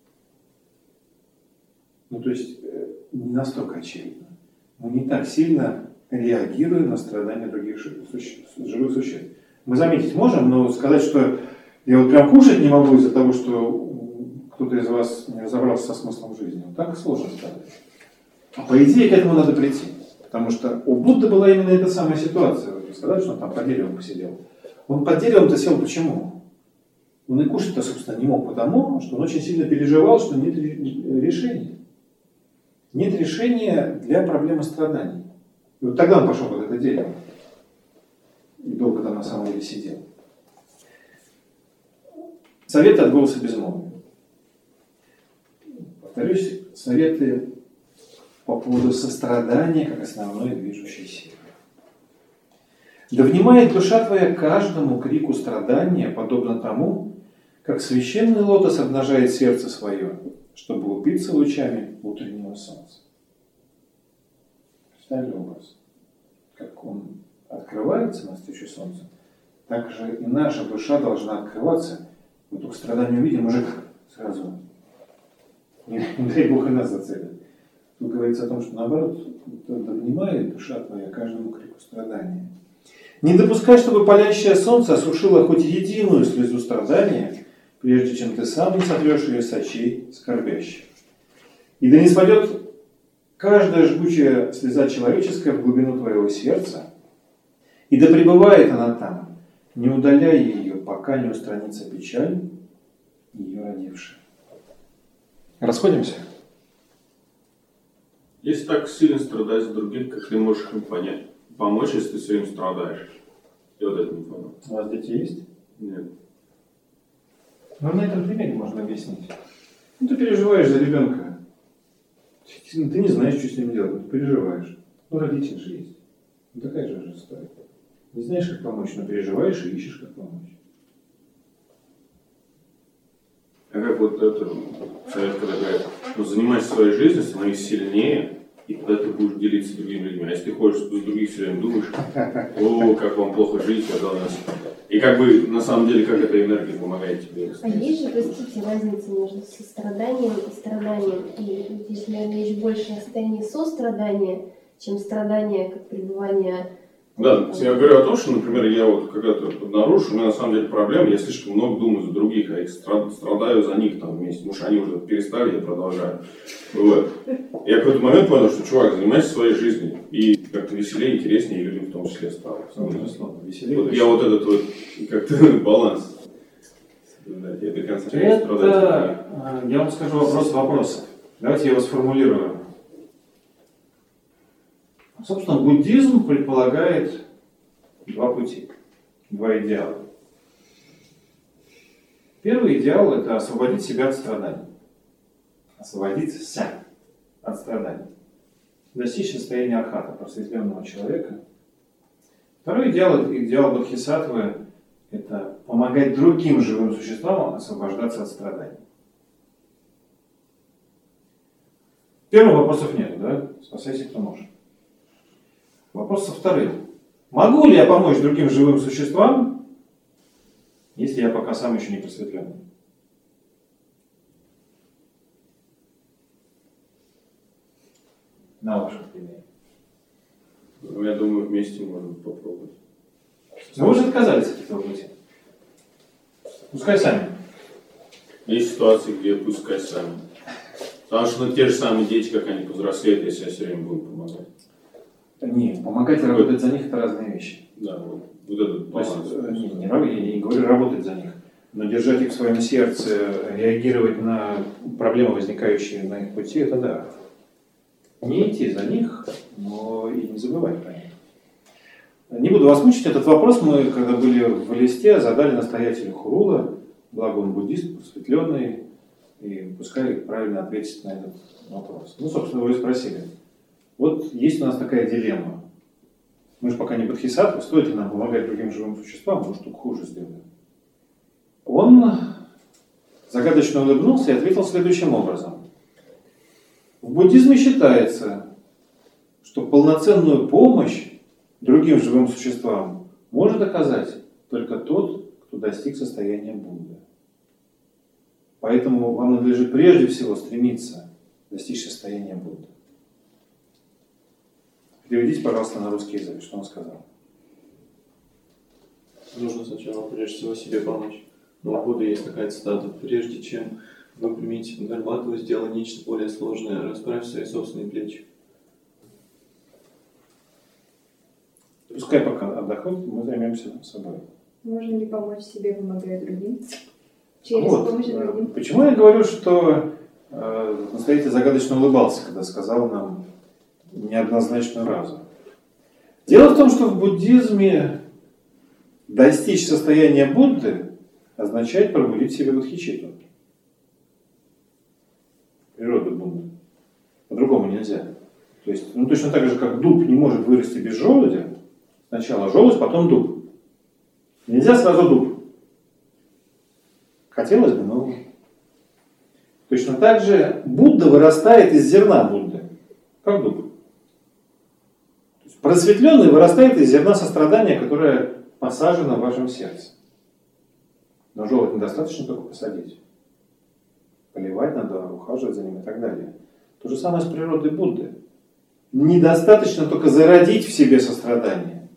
Ну, то есть, не настолько очевидно. Мы не так сильно реагируем на страдания других живых существ. Мы заметить можем, но сказать, что я вот прям кушать не могу из-за того, что кто-то из вас не разобрался со смыслом жизни. Вот так сложно сказать. А по идее к этому надо прийти. Потому что у Будды была именно эта самая ситуация. Вы сказали, что он там под деревом посидел. Он под деревом-то сел почему? Он и кушать-то, собственно, не мог потому, что он очень сильно переживал, что нет решения. Нет решения для проблемы страданий. И вот тогда он пошел под это дерево. И долго там на самом деле сидел. Советы от голоса безмолвия. Повторюсь, советы по поводу сострадания как основной движущей силы. Да внимает душа твоя каждому крику страдания, подобно тому, как священный лотос обнажает сердце свое, чтобы упиться лучами утреннего солнца. Представили образ? Как он открывается навстречу солнцу, так же и наша душа должна открываться. Мы только страдания увидим, уже сразу. Не, не дай Бог и нас зацепит. Тут говорится о том, что наоборот, да внимает душа твоя каждому крику страдания. Не допускай, чтобы палящее солнце осушило хоть единую слезу страдания, прежде чем ты сам не сотрешь ее с очей скорбящих. И да не спадет каждая жгучая слеза человеческая в глубину твоего сердца, и да пребывает она там, не удаляй ее, пока не устранится печаль, ее родившая. Расходимся? Если так сильно страдать за других, как ты можешь им понять? Помочь, если ты все время страдаешь. Я вот это не понял. У вас дети есть? Нет. Ну, на этом примере можно объяснить. Ну, ты переживаешь за ребенка. Ты не знаешь, что с ним делать, но ты переживаешь. Ну, родитель же есть. Ну, такая же история. Не знаешь, как помочь, но переживаешь и ищешь, как помочь. А как вот это совет, когда говорят, ну, занимайся своей жизнью, становись сильнее, и тогда ты будешь делиться с другими людьми. А если ты ходишь с других все время думаешь, о, как вам плохо жить, когда у нас... И как бы, на самом деле, как эта энергия помогает тебе? А есть же, простите, разница между состраданием и страданием. И здесь, наверное, есть больше состояние сострадания, чем страдание, как пребывание... Да, я говорю о том, что, например, я вот когда-то обнаружил, у меня на самом деле проблема, я слишком много думаю за других, а я страдаю за них там вместе, потому что они уже перестали, я продолжаю. Вот. Я в какой-то момент понял, что, чувак, занимайся своей жизнью, и как-то веселее, интереснее, и людям в том числе стало. Ну, безусловно, веселее. Вот я вот этот вот как-то баланс. Да, я до конца не страдаю. Это, я вам скажу вопрос вопросов. Давайте я его сформулирую. Собственно, буддизм предполагает два пути, два идеала. Первый идеал – это освободить себя от страданий. Освободиться от страданий. Достичь состояния архата, просветленного человека. Второй идеал – это идеал бодхисаттвы – это помогать другим живым существам освобождаться от страданий. Первых вопросов нет, да? Спасайся, кто может. Вопрос со вторым. Могу ли я помочь другим живым существам, если я пока сам еще не просветленный? На вашем примере. Ну, я думаю, вместе можем попробовать. Но вы же отказались от этого пути. Пускай сами. Есть ситуации, где пускай сами. Потому что ну, те же самые дети, как они повзрослеют, если я все время буду помогать. Не, помогать и работать за них – это разные вещи. Да, вот, вот этот баланс. То есть, не, не, я не говорю работать за них, но держать их в своем сердце, реагировать на проблемы, возникающие на их пути – это да. Не идти за них, но и не забывать про них. Не буду вас мучить, этот вопрос мы, когда были в Элисте, задали настоятелю Хурула, благо он буддист, просветленный, и пускай правильно ответить на этот вопрос. Ну, собственно, вы и спросили. Вот есть у нас такая дилемма. Мы же пока не бодхисаттвы, стоит ли нам помогать другим живым существам, может, только хуже сделаем. Он загадочно улыбнулся и ответил следующим образом. В буддизме считается, что полноценную помощь другим живым существам может оказать только тот, кто достиг состояния Будды. Поэтому вам надлежит прежде всего стремиться достичь состояния Будды. Переведите, пожалуйста, на русский язык, что он сказал. Нужно сначала, прежде всего, себе помочь. Но у Будды есть такая цитата: прежде чем вы примите Бхагавату, сделай нечто более сложное, расправь свои собственные плечи. Пускай пока отдохнут, мы займемся собой. Можно ли помочь себе, помогая другим? Через Вот. помощь другим? Почему я говорю, что э, настоятель загадочно улыбался, когда сказал нам неоднозначную разу. Дело в том, что в буддизме достичь состояния Будды означает пробудить в себе бодхичитту. Природа Будды. По-другому нельзя. То есть, ну, точно так же, как дуб не может вырасти без желудя, сначала желудь, потом дуб. Нельзя сразу дуб. Хотелось бы, но... Точно так же Будда вырастает из зерна Будды, как дуб. То есть просветленный вырастает из зерна сострадания, которое посажено в вашем сердце. Но желудь недостаточно только посадить. Поливать надо, ухаживать за ним и так далее. То же самое с природой Будды. Недостаточно только зародить в себе сострадание.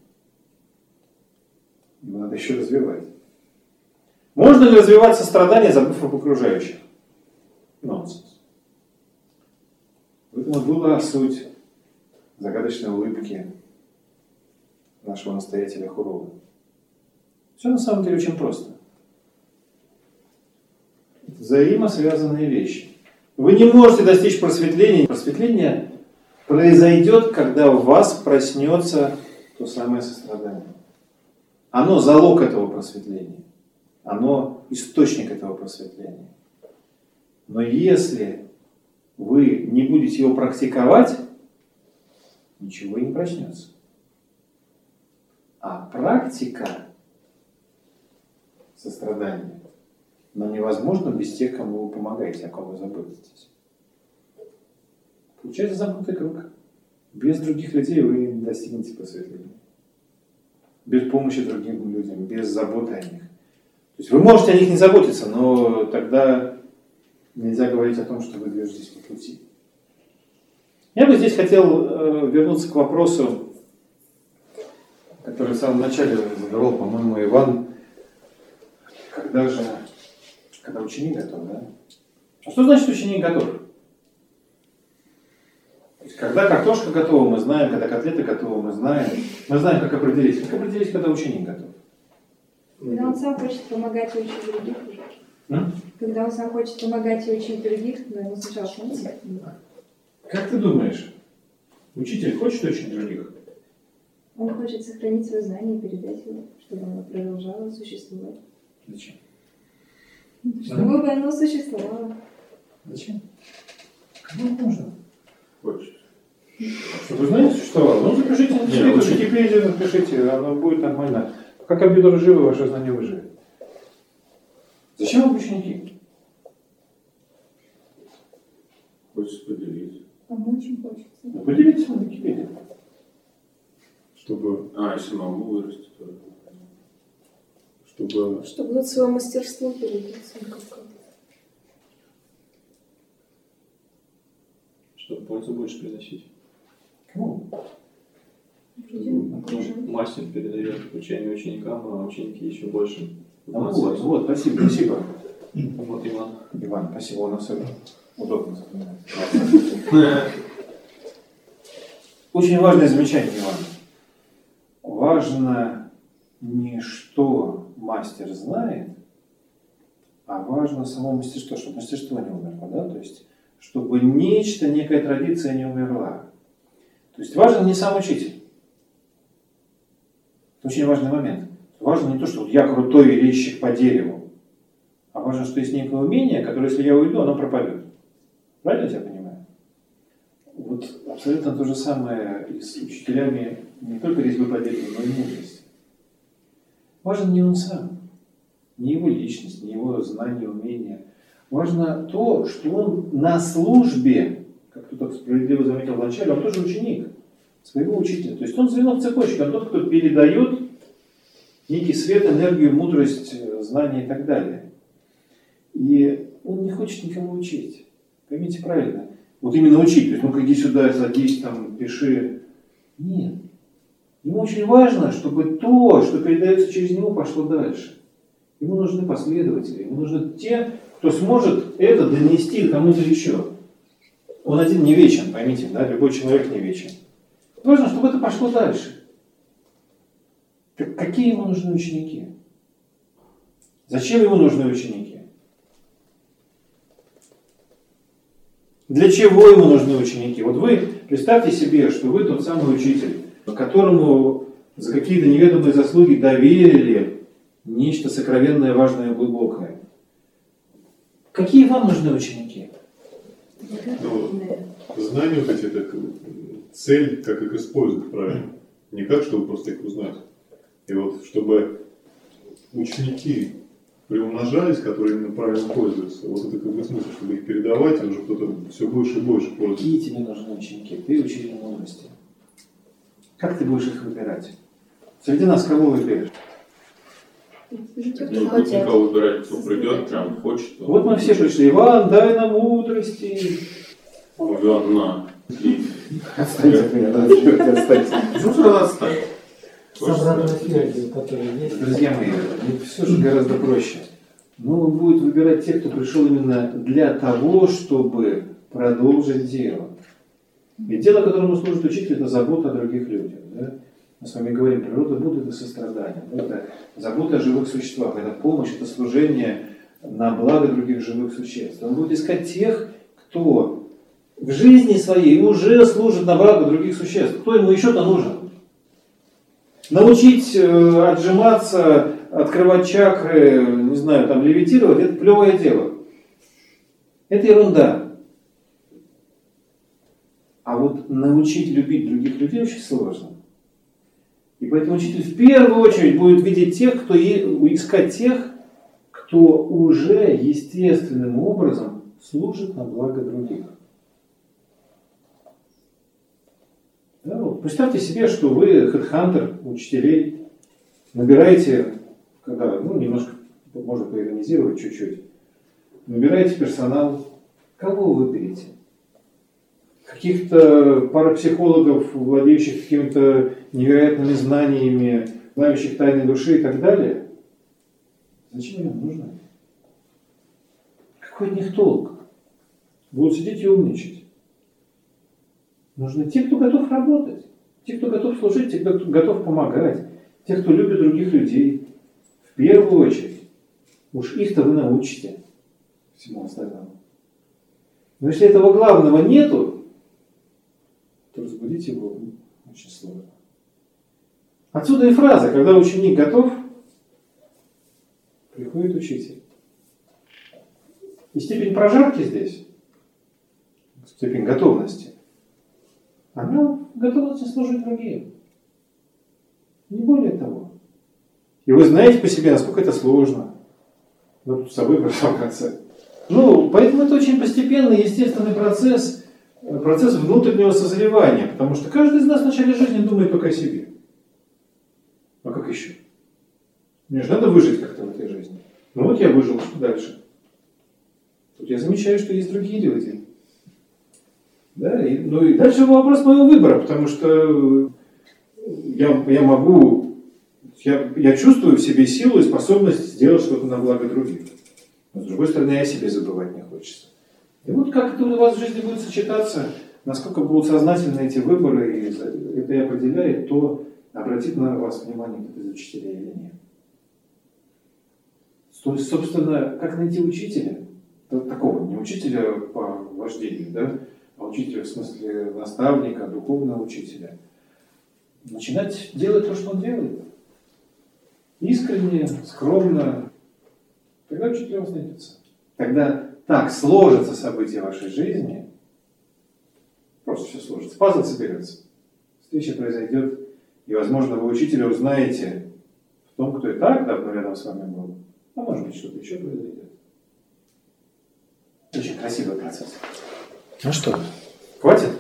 Его надо еще развивать. Можно ли развивать сострадание, забыв об окружающих? Нонсенс. В этом была суть загадочной улыбки нашего настоятеля Хурула. Все на самом деле очень просто. Это взаимосвязанные вещи. Вы не можете достичь просветления. Просветление произойдет, когда в вас проснется то самое сострадание. Оно залог этого просветления. Оно источник этого просветления. Но если вы не будете его практиковать, ничего и не проснется. А практика сострадания, но невозможно без тех, кому вы помогаете, о ком вы заботитесь. Получается замкнутый круг. Без других людей вы не достигнете просветления. Без помощи другим людям, без заботы о них. То есть вы можете о них не заботиться, но тогда нельзя говорить о том, что вы движетесь по пути. Я бы здесь хотел э, вернуться к вопросу, который в самом начале задавал, по-моему, Иван. Когда же, когда ученик готов, да? А что значит ученик готов? То есть, когда картошка готова, мы знаем, когда котлеты готовы, мы знаем. Мы знаем, как определить. Как определить, когда ученик готов? Когда он сам хочет помогать и учить других уже. М? Когда он сам хочет помогать и учить других, но ему сначала самому. Как ты думаешь, учитель хочет учить других? Он хочет сохранить свое знание и передать его, чтобы оно продолжало существовать. Зачем? Чтобы бы оно существовало. Зачем? Кому нужно? Хочет. Чтобы знание существовало. Ну, запишите на Не, в Википедию, напишите, оно будет нормально. Пока компьютер живы, ваше знание выживет. Зачем вам ученики? Хочется поделиться. Помочь им хочется. Ну, поделитесь на Википедии. Чтобы, А, и самому вырасти тоже. чтобы Чтобы тут свое мастерство передать. Чтобы пользу больше приносить. Кому? Ну, мастер передает учение ученикам, а ученики еще больше. А вот, вот, спасибо, спасибо. Вот Иван. Иван, спасибо, он особенно удобно запоминает. Очень важное замечание, Иван. Важно не что мастер знает, а важно само мастерство, чтобы мастерство не умерло, да? То есть, чтобы нечто, некая традиция не умерла. То есть важен не сам учитель. Это очень важный момент. Важно не то, что вот я крутой резчик по дереву, а важно, что есть некое умение, которое, если я уйду, оно пропадет. Правильно я тебя понимаю? Вот абсолютно то же самое и с учителями не только резьбы по дереву, но и мудрости. Важен не он сам, не его личность, не его знания, умения. Важно то, что он на службе, как кто-то справедливо заметил вначале, он тоже ученик своего учителя. То есть он звено в цепочке, он тот, кто передает некий свет, энергию, мудрость, знания и так далее. И он не хочет никого учить. Поймите правильно. Вот именно учить. То есть, ну-ка иди сюда, садись, там, пиши. Нет. Ему очень важно, чтобы то, что передается через него, пошло дальше. Ему нужны последователи, ему нужны те, кто сможет это донести кому-то еще. Он один не вечен, поймите, да? Любой человек не вечен. Важно, чтобы это пошло дальше. Так какие ему нужны ученики? Зачем ему нужны ученики? Для чего ему нужны ученики? Вот вы представьте себе, что вы тот самый учитель, которому за какие-то неведомые заслуги доверили нечто сокровенное, важное, глубокое. Какие вам нужны ученики? ну, знания вот эти, это цель, как их использовать правильно. Не как, чтобы просто их узнать. И вот, чтобы ученики приумножались, которые именно правильно пользуются, вот это как бы смысл, чтобы их передавать, и уже кто-то все больше и больше пользуется. Какие тебе нужны ученики? Ты учитель мудрости. Как ты будешь их выбирать? Среди нас кого выберешь? Не будет никого выбирать, кто придет, прям хочет. Вот мы все пришли. Иван, дай нам мудрости. Иван, на. И Отстаньте от меня, отстаньте, отстаньте. ну сразу отстань. С обратной связью, которая есть. Друзья мои, все же гораздо проще. Но он будет выбирать тех, кто пришел именно для того, чтобы продолжить дело. Ведь дело, которому служит учитель, это забота о других людях. Да? Мы с вами говорим, природа Будды – это сострадание, это забота о живых существах, это помощь, это служение на благо других живых существ. Он будет искать тех, кто в жизни своей уже служит на благо других существ. Кто ему еще-то нужен? Научить э, отжиматься, открывать чакры, не знаю, там левитировать – это плевое дело. Это ерунда. А вот научить любить других людей очень сложно. И И поэтому учитель в первую очередь будет видеть тех, кто е... искать тех, кто уже естественным образом служит на благо других. Да, вот. Представьте себе, что вы хедхантер учителей, набираете, когда, ну, немножко можно поиронизировать чуть-чуть, набираете персонал, кого вы выберете? Каких-то парапсихологов, владеющих какими-то невероятными знаниями, знающих тайны души и так далее? Зачем им нужно? Какой от них толк? Будут сидеть и умничать. Нужны те, кто готов работать, те, кто готов служить, те, кто готов помогать, те, кто любит других людей. В первую очередь. Уж их-то вы научите всему остальному. Но если этого главного нету, то разбудить его очень сложно. Отсюда и фраза, когда ученик готов, приходит учитель. И степень прожарки здесь, степень готовности, она готовности служить другим. Не более того. И вы знаете по себе, насколько это сложно. Ну, с собой разобраться. Ну, поэтому это очень постепенный, естественный процесс, процесс внутреннего созревания, потому что каждый из нас в начале жизни думает только о себе. А как еще? Мне же надо выжить как-то в этой жизни. Ну вот я выжил, что дальше? Тут я замечаю, что есть другие люди. Да? И, ну и дальше вопрос моего выбора, потому что я, я могу, я, я чувствую в себе силу и способность сделать что-то на благо других. Но с другой стороны, и о себе забывать не хочется. И вот как это у вас в жизни будет сочетаться, насколько будут сознательны эти выборы, и это и определяет, то обратит на вас внимание кто-то из учителей или нет. То есть, собственно, как найти учителя? Такого, не учителя по вождению, да, а учителя в смысле наставника, духовного учителя. Начинать делать то, что он делает. Искренне, скромно. Тогда учитель у вас найдется. Тогда так сложатся события вашей жизни, просто все сложится, пазл соберется. Встреча произойдет, и, возможно, вы учителя узнаете в том, кто и так давно рядом с вами был. А может быть, что-то еще произойдет. Очень красивый процесс. Ну что, хватит?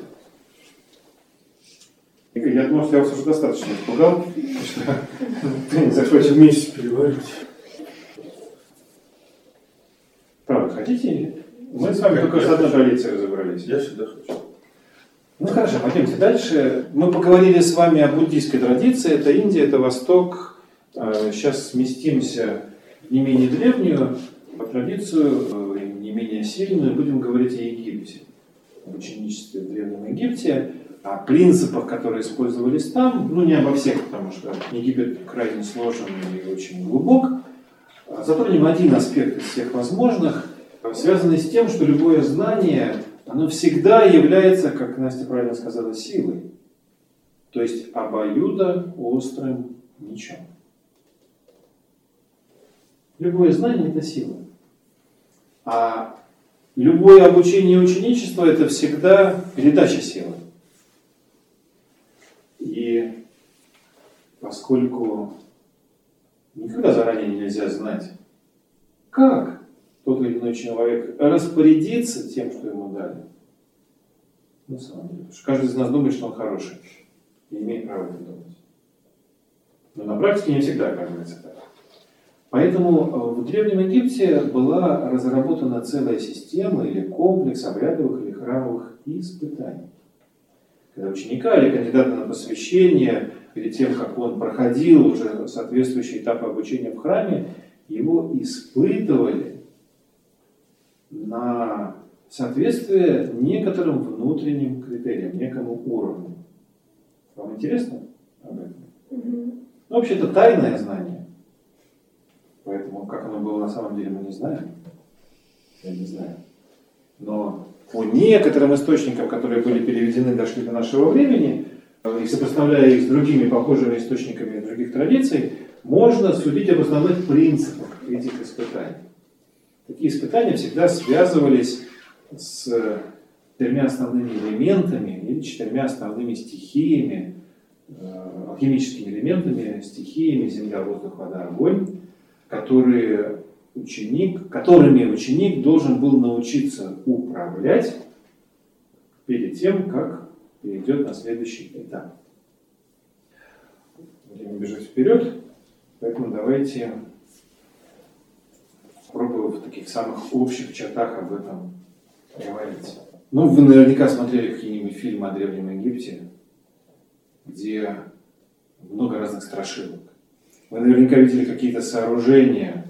Игорь, я думал, что я вас уже достаточно испугал, что не захватим месяц переварить. Правда, хотите? Мы с вами только с одной традицией разобрались. Я всегда хочу. Ну хорошо, пойдемте дальше. Мы поговорили с вами о буддийской традиции. Это Индия, это Восток. Сейчас сместимся в не менее древнюю традицию, не менее сильную. Будем говорить о Египте. Об ученичестве в Древнем Египте, о принципах, которые использовались там. Ну, не обо всех, потому что Египет крайне сложен и очень глубок. Затронем один аспект из всех возможных, связанный с тем, что любое знание, оно всегда является, как Настя правильно сказала, силой. То есть обоюдоострым мечом. Любое знание – это сила. А любое обучение и ученичество – это всегда передача силы. И поскольку никогда заранее нельзя знать, как тот или иной человек распорядится тем, что ему дали, на самом деле. Потому что каждый из нас думает, что он хороший. И имеет право это думать. Но на практике не всегда оказывается так. Поэтому в Древнем Египте была разработана целая система или комплекс обрядовых или храмовых испытаний. Когда ученика или кандидата на посвящение, перед тем, как он проходил уже соответствующие этапы обучения в храме, его испытывали на соответствие некоторым внутренним критериям, некому уровню. Вам интересно об этом? Mm-hmm. Ну, вообще, это тайное знание. Поэтому, как оно было на самом деле, мы не знаем. Я не знаю. Но по некоторым источникам, которые были переведены, дошли до нашего времени, и сопоставляя их с другими похожими источниками других традиций, можно судить об основных принципах этих испытаний. Такие испытания всегда связывались с четырьмя основными элементами или четырьмя основными стихиями, э, алхимическими элементами, стихиями, земля, воздух, вода, огонь, которые ученик, которыми ученик должен был научиться управлять перед тем, как перейдет на следующий этап. Будем бежать вперед, поэтому давайте попробуем в таких самых общих чертах об этом говорить. Ну, вы наверняка смотрели какие-нибудь фильмы о Древнем Египте, где много разных страшилок. Вы наверняка видели какие-то сооружения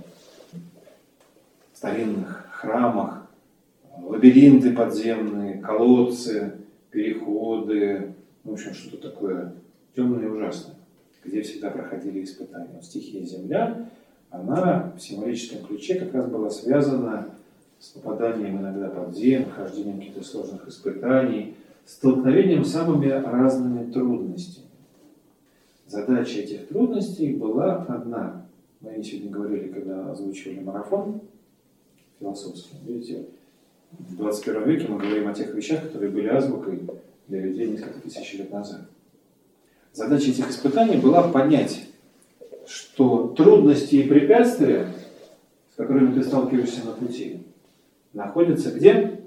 в старинных храмах, лабиринты подземные, колодцы, переходы, в общем, что-то такое темное и ужасное, где всегда проходили испытания. Вот стихия Земля, она в символическом ключе как раз была связана с попаданием иногда под землю, хождением каких-то сложных испытаний, столкновением с самыми разными трудностями. Задача этих трудностей была одна. Мы о ней сегодня говорили, когда озвучивали марафон философский. Видите, в двадцать первом веке мы говорим о тех вещах, которые были азбукой для людей несколько тысяч лет назад. Задача этих испытаний была понять, что трудности и препятствия, с которыми ты сталкиваешься на пути, находятся где?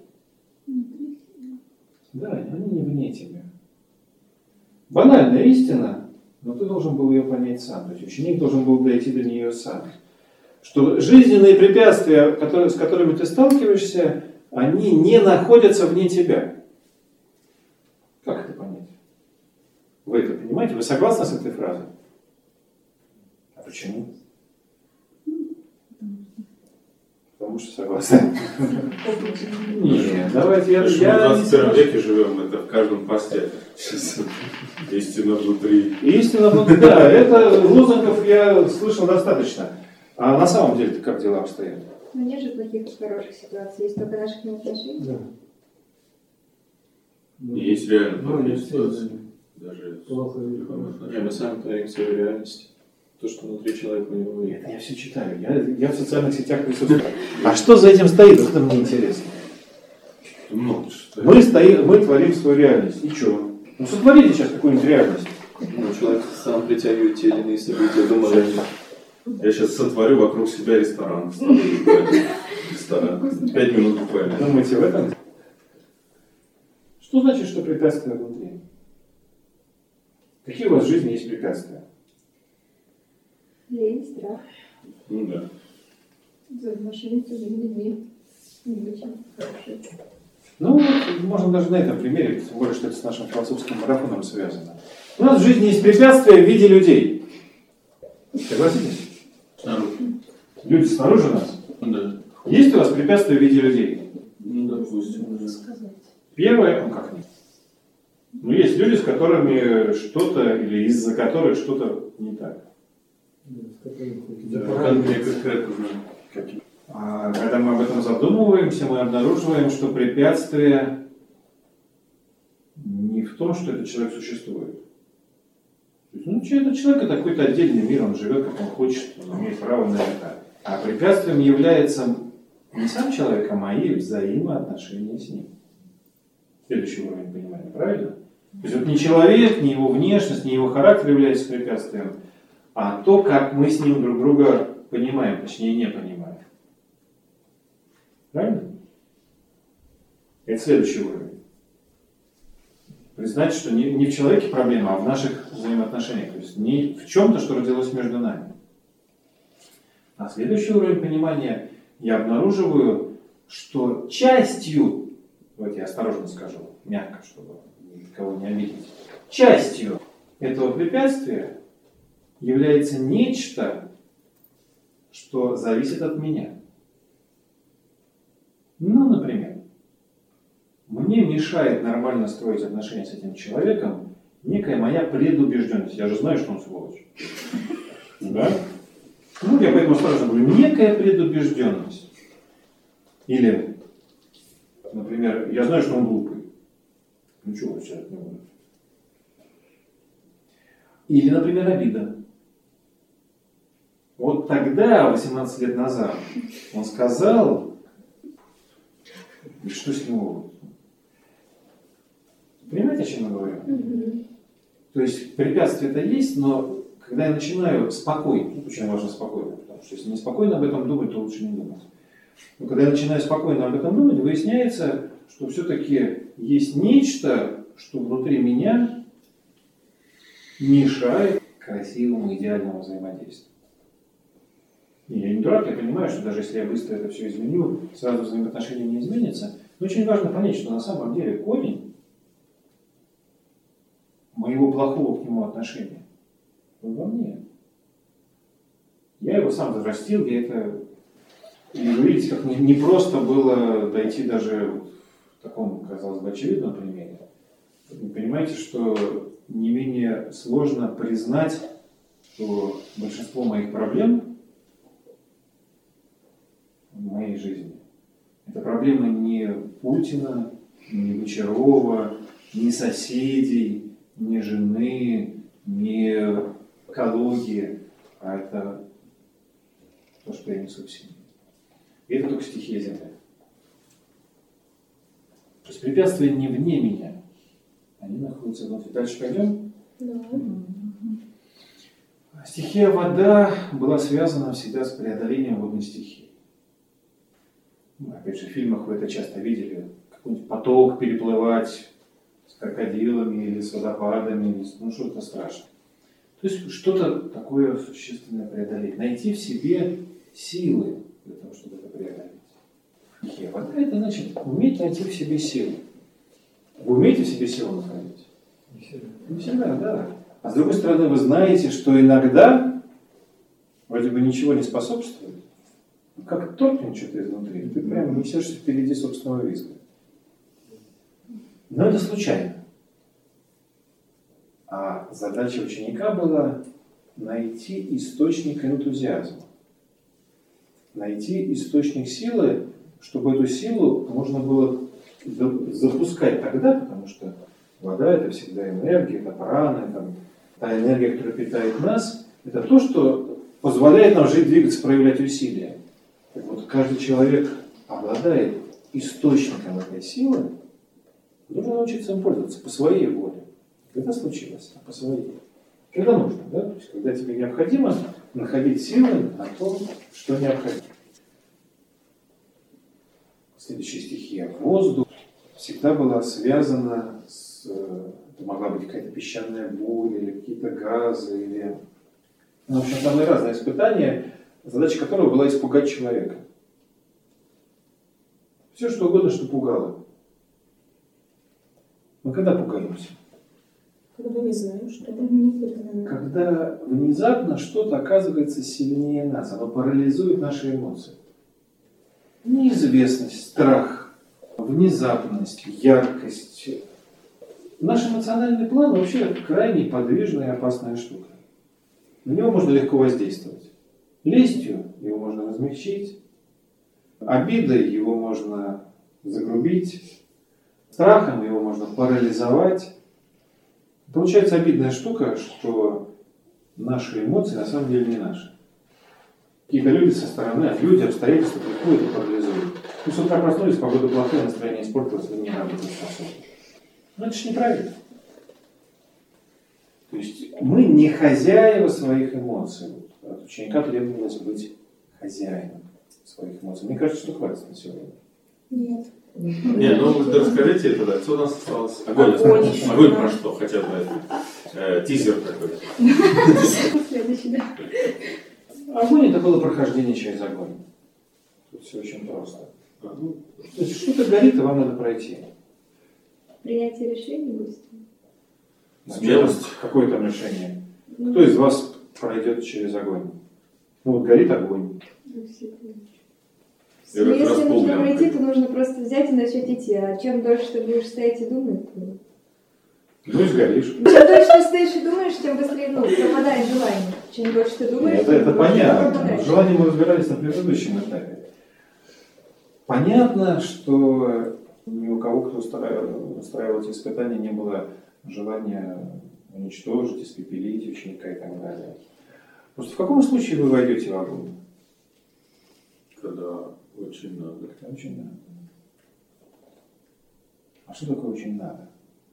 Да, они не вне тебя. Банальная истина, но ты должен был ее понять сам. То есть ученик должен был дойти до нее сам. Что жизненные препятствия, которые, с которыми ты сталкиваешься, они не находятся вне тебя. Как это понять? Вы это понимаете? Вы согласны с этой фразой? А почему? Потому что согласны. Нет, давайте я... Мы в двадцать первом веке живем, это в каждом посте. Истина внутри. Истина внутри, да, это лозунгов я слышал достаточно. А на самом деле как дела обстоят? Ну нет же плохих и хороших ситуаций, есть только наших неудачей. Да. И есть реально Ну, плохие есть ситуации. реально. Даже Плохо. Не, мы сами творим свою реальность. То, что внутри человека у него есть. Это я все читаю, я, я в социальных сетях присутствую. А что за этим стоит, это мне интересно. много что. Мы, стоим, мы творим свою реальность. И что? Ну сотворите сейчас какую-нибудь реальность. Ну, человек сам притягивает те или иные события, думаю, Я сейчас сотворю вокруг себя ресторан. Ресторан. Пять минут буквально. Думаете в этом? Что значит, что препятствия внутри? Какие у вас в жизни есть препятствия? Лень, страх. Ну да. Взаимоотношения с другими людьми. Не очень хорошие. Ну, можно даже на этом примере, тем более, что это с нашим философским марафоном связано. У нас в жизни есть препятствия в виде людей. Согласитесь? Снаружи. Люди снаружи нас. Да. Есть у вас препятствия в виде людей? Ну, допустим. Да. Первое, ну как нет? Ну, есть люди, с которыми что-то, или из-за которых что-то не так. Да, конкретно знаю. А когда мы об этом задумываемся, мы обнаруживаем, что препятствие не в том, что этот человек существует. То есть, ну, этот человек это какой-то отдельный мир, он живет, как он хочет, он имеет право на это. А препятствием является не сам человек, а мои взаимоотношения с ним. Следующий уровень понимания, правильно? То есть вот не человек, не его внешность, не его характер является препятствием, а то, как мы с ним друг друга понимаем, точнее не понимаем. Правильно? Это следующий уровень. Признать, что не, не в человеке проблема, а в наших взаимоотношениях. То есть не в чем-то, что родилось между нами. А следующий уровень понимания я обнаруживаю, что частью, давайте я осторожно скажу, мягко, чтобы никого не обидеть, частью этого препятствия является нечто, что зависит от меня. Ну, например, мне мешает нормально строить отношения с этим человеком некая моя предубежденность. Я же знаю, что он сволочь. Да? Ну, я поэтому сразу говорю, некая предубежденность. Или, например, я знаю, что он глупый. Ну, чего вы сейчас не буду. Или, например, обида. Вот тогда, восемнадцать лет назад, он сказал, и что с него? Понимаете, о чем я говорю? Угу. То есть препятствия-то есть, но когда я начинаю спокойно, очень важно спокойно, потому что если не спокойно об этом думать, то лучше не думать. Но когда я начинаю спокойно об этом думать, выясняется, что все-таки есть нечто, что внутри меня мешает красивому, идеальному взаимодействию. И я не дурак, я понимаю, что даже если я быстро это все изменю, сразу взаимоотношения не изменятся. Но очень важно понять, что на самом деле корень моего плохого к нему отношения он во мне. Я его сам взрастил, я это... И вы видите, как не просто было дойти даже в таком, казалось бы, очевидном примере. Вы понимаете, что не менее сложно признать, что большинство моих проблем в моей жизни — это проблемы не Путина, не Бочарова, не соседей, не жены, не экологии, а это то, что я несу в себе. И это только стихия Земли. То есть препятствия не вне меня, они находятся внутри. Дальше пойдем? Да. Стихия вода была связана всегда с преодолением водной стихии. Ну, опять же, в фильмах вы это часто видели. Какой-нибудь поток переплывать с крокодилами или с водопадами, или с... ну что-то страшное. То есть что-то такое существенное преодолеть. Найти в себе силы для того, чтобы это преодолеть. Стихия вода — это значит уметь найти в себе силы. Вы умеете в себе силу находить? Не всегда. Не всегда, да. А с другой стороны, вы знаете, что иногда вроде бы ничего не способствует. Как торкнет что-то изнутри, ты прямо несешься впереди собственного визга. Но это случайно. А задача ученика была найти источник энтузиазма. Найти источник силы, чтобы эту силу можно было запускать тогда, потому что вода — это всегда энергия, это прана, это та энергия, которая питает нас, это то, что позволяет нам жить, двигаться, проявлять усилия. Так вот, каждый человек обладает источником этой силы, должен научиться им пользоваться по своей воле. Когда случилось? А по своей. Когда нужно, да? То есть, когда тебе необходимо находить силы на то, что необходимо. Следующая стихия. Воздух всегда была связана с... Это могла быть какая-то песчаная буря, или какие-то газы, или... Ну, в общем, самые разные испытания, задача которого была испугать человека. Все, что угодно, что пугало. Мы когда пугаемся? Когда не знаю, что это. Когда внезапно что-то оказывается сильнее нас, оно парализует наши эмоции. Неизвестность, страх, внезапность, яркость. Наш эмоциональный план вообще крайне подвижная и опасная штука. На него можно легко воздействовать. Лестью его можно размягчить, обидой его можно загрубить, страхом его можно парализовать. Получается обидная штука, что наши эмоции на самом деле не наши. Какие-то люди со стороны, а люди, обстоятельства приходят и парализуют. Ну, с утра проснулись, погода плохая, настроение испортилось, вы не работать способны. Но это же неправильно. То есть мы не хозяева своих эмоций. От ученика требовалось быть хозяином своих эмоций. Мне кажется, что хватит на сегодня. Нет. Не, ну вы расскажите это, да, что у нас осталось? Огонь, Огонь, огонь да. про что, хотя бы э, тизер такой. Следующий, да. Огонь — это было прохождение через огонь. Тут все очень просто. То есть что-то горит, и вам надо пройти. Принятие решений будет. Смелость. Какое там решение? Кто из вас пройдет через огонь? Ну вот горит огонь. Ну, все это. Я Ну, как раз если нужно помню. пройти, то нужно просто взять и начать идти. А чем дольше ты будешь стоять и думать, то... Ну и сгоришь. Чем дольше ты стоишь и думаешь, тем быстрее ну, пропадает желание. Чем дольше ты думаешь, Это, тем это больше понятно. пропадает. С желанием мы разбирались на предыдущем этапе. Понятно, что ни у кого, кто устраивал, устраивал эти испытания, не было желания уничтожить, испепелить ученика и так далее. Просто в каком случае вы войдете в огонь? Когда очень надо. Когда очень надо. А что такое очень надо?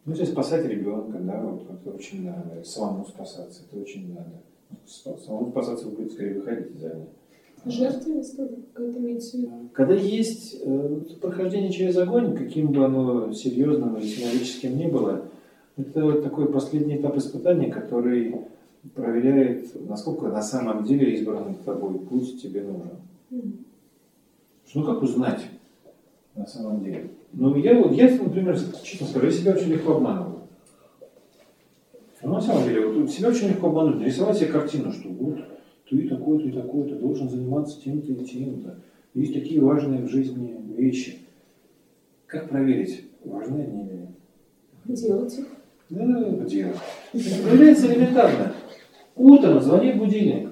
Ну, если спасать ребенка, да, вот это очень надо. Самому спасаться, это очень надо. Самому спасаться будет скорее выходить из огня. Жертвенность тоже какая-то имеется в виду. Когда есть э, прохождение через огонь, каким бы оно серьезным или символическим ни было, это вот такой последний этап испытания, который проверяет, насколько на самом деле избранный тобой путь тебе нужен. Mm-hmm. Ну как узнать на самом деле? Ну я вот, я, например, честно скажу, я себя очень легко обманываю. Но на самом деле, вот себя очень легко обмануть, нарисовать себе картину, что вот ты такой-то и такой-то должен заниматься тем-то и тем-то. Есть такие важные в жизни вещи. Как проверить, важны они или нет? Делать их. Да, делать. Проверяется элементарно. Утром звонит будильник.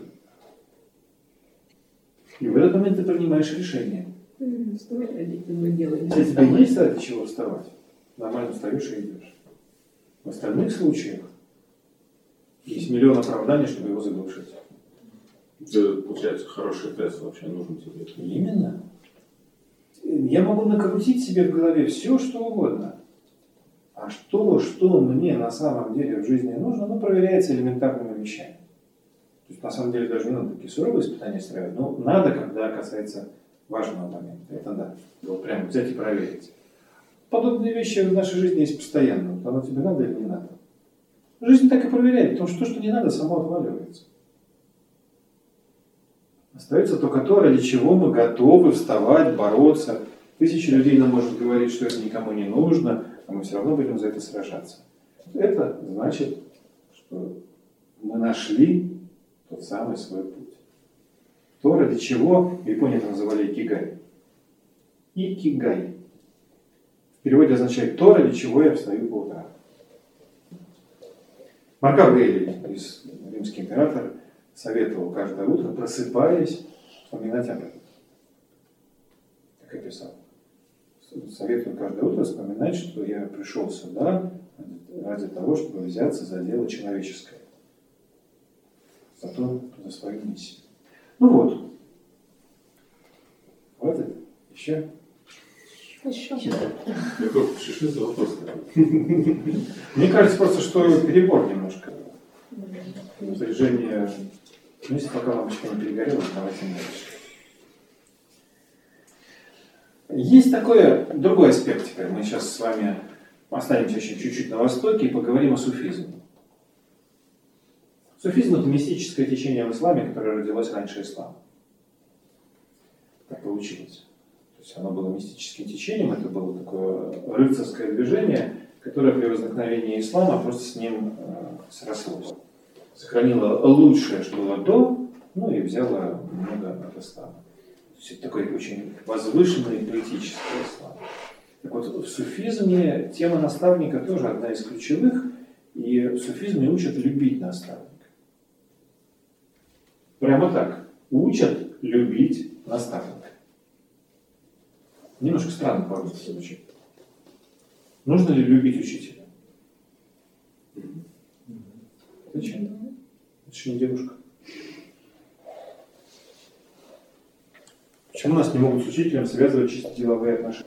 И в этот момент ты принимаешь решение. Вставай, родители, мы делаем. Если тебе есть ради чего вставать, нормально встаешь и идешь. В остальных случаях есть миллион оправданий, чтобы его заглушить. Это, получается, хороший тест вообще нужен тебе. Именно. Я могу накрутить себе в голове все, что угодно. А что, что мне на самом деле в жизни нужно, ну, проверяется элементарными вещами. То есть, на самом деле, даже не надо такие суровые испытания строить, но надо, когда касается важного момента. Это да. Вот прямо взять и проверить. Подобные вещи в нашей жизни есть постоянно. Вот оно тебе надо или не надо. Жизнь так и проверяет, потому что то, что не надо, само отваливается. Остается только то, ради чего мы готовы вставать, бороться. Тысячи людей нам может говорить, что это никому не нужно, а мы все равно будем за это сражаться. Это значит, что мы нашли тот самый свой путь. То, ради чего в Японии это называли икигай. Икигай. В переводе означает то, ради чего я встаю по утрам. Марк Аврелий, римский император, советовал каждое утро, просыпаясь, вспоминать об этом. Как я писал. Советую каждое утро вспоминать, что я пришел сюда ради того, чтобы взяться за дело человеческое. За то, за свою миссию. Ну вот. Вот это. Еще? Еще. Что за вопрос? Мне кажется просто, что перебор немножко. Напряжение. Ну, если пока лампочка не перегорела, давайте дальше. Есть такой другой аспект теперь. Мы сейчас с вами останемся еще чуть-чуть на Востоке и поговорим о суфизме. Суфизм – это мистическое течение в исламе, которое родилось раньше ислама. Так получилось. То есть оно было мистическим течением, это было такое рыцарское движение, которое при возникновении ислама просто с ним э, срослось. Сохранило лучшее, что было до, ну и взяло много от ислама. То есть это такой очень возвышенный поэтический ислам. Так вот, в суфизме тема наставника тоже одна из ключевых, и в суфизме учат любить наставника. Прямо так. Учат любить наставника. Немножко странно по-русски звучит. Нужно ли любить учителя? Зачем? Это же не девушка. Почему нас не могут с учителем связывать чисто деловые отношения?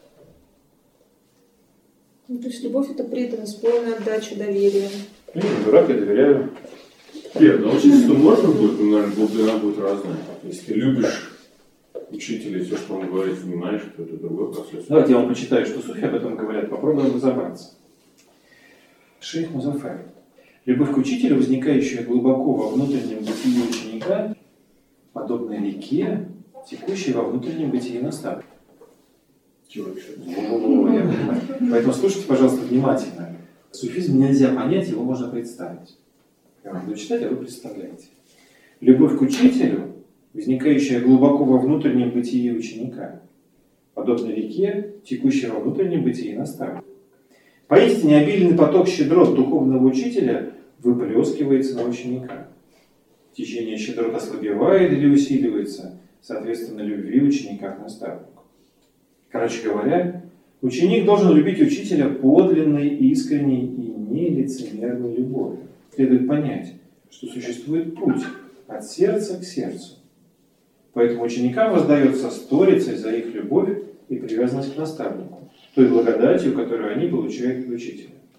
Ну, то есть любовь — это преданность, полная отдача, доверие. Ну, я не дурак, я доверяю. Нет, научиться можно будет, но, наверное, глубина будет разная. Если ты любишь учителя и все, что он говорит, внимаешь, то это другой процесс. Давайте я вам почитаю, что суфи об этом говорят. Попробуем разобраться. Шейх Музаффар. Любовь к учителю, возникающая глубоко во внутреннем бытии ученика, подобная реке, текущей во внутреннем бытии наставника. Чего еще? О, я понимаю. Поэтому слушайте, пожалуйста, внимательно. Суфизм нельзя понять, его можно представить. Я вам буду читать, а вы представляете. Любовь к учителю, возникающая глубоко во внутреннем бытии ученика, подобно реке, текущей во внутреннем бытии наставника. Поистине обильный поток щедрот духовного учителя выплескивается на ученика. Течение щедрот ослабевает или усиливается, соответственно, любви ученика к наставнику. Короче говоря, ученик должен любить учителя подлинной, искренней и нелицемерной любовью. Следует понять, что существует путь от сердца к сердцу. Поэтому ученикам воздается сторицей за их любовь и привязанность к наставнику, той благодатью, которую они получают от учителя.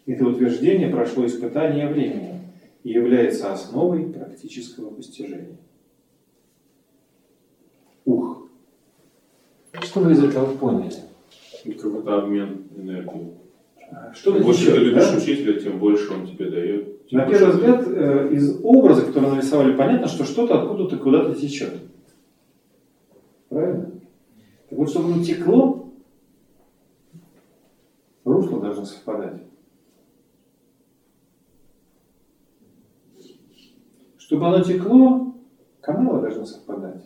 Это утверждение прошло испытание времени и является основой практического постижения. Ух! Что вы из этого поняли? Это какой-то обмен энергией. Что Чем больше течет, ты любишь да? учителя, тем больше он тебе дает. тем На больше первый ты- взгляд, э, из образа, который нарисовали, понятно, что что-то откуда-то куда-то течет. Правильно? Так вот, чтобы оно текло, русло должно совпадать. Чтобы оно текло, каналы должны совпадать.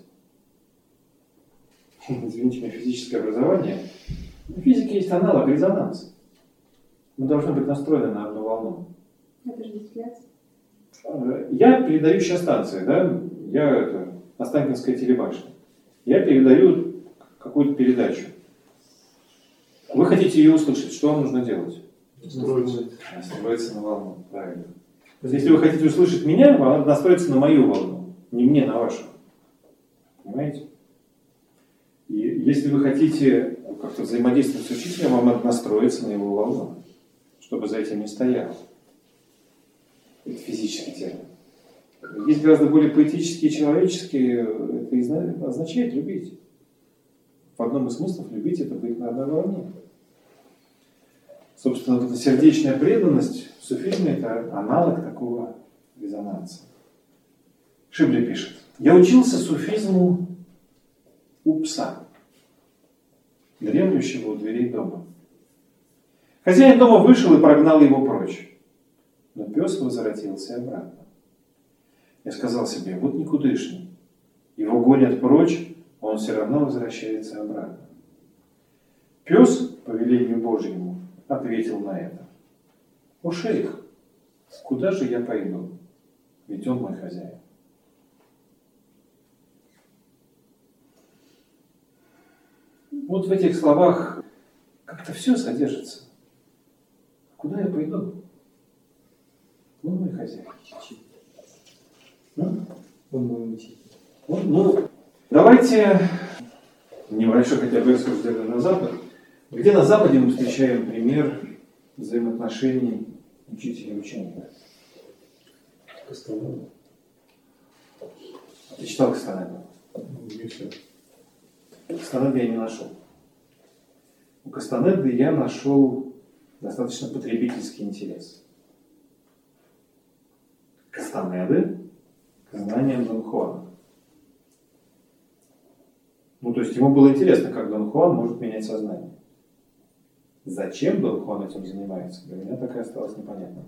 Извините меня, физическое образование. В физике есть аналог резонанс. Мы должны быть настроены на одну волну. Это же дистилляция. Я передающая станция, да? Я это, Останкинская телебашня. Я передаю какую-то передачу. Вы хотите ее услышать, что вам нужно делать? Настроиться. Настроиться на волну, правильно. То есть, если вы хотите услышать меня, вам надо настроиться на мою волну, не мне на вашу. Понимаете? И если вы хотите как-то взаимодействовать с учителем, вам надо настроиться на его волну, чтобы за этим не стояло. Это физический термин. Есть гораздо более поэтические и человеческие. Это и зна- означает любить. В одном из смыслов любить — это быть на одной волне. Собственно, вот эта сердечная преданность в суфизме — это аналог такого резонанса. Шибли пишет: «Я учился суфизму у пса, дремлющего у дверей дома. Хозяин дома вышел и прогнал его прочь, но пес возвратился обратно. Я сказал себе: вот никудышный, его гонят прочь, а он все равно возвращается обратно. Пес, по велению Божьему, ответил на это: о шейх, куда же я пойду? Ведь он мой хозяин». Вот в этих словах как-то все содержится. Куда я пойду? Он мой хозяин. Ну, Он мой учитель. вот, ну, давайте небольшой хотя бы экскурс сделаем на Запад. Где на Западе мы встречаем пример взаимоотношений учителя и ученика? Кастанеда. Ты читал Кастанеду? Не все. Кастанеды я не нашел. У Кастанеды я нашел достаточно потребительский интерес. Кастанеды к знаниям Дон Хуана. Ну, то есть ему было интересно, как Дон Хуан может менять сознание. Зачем Дон Хуан этим занимается, для меня так и осталось непонятным.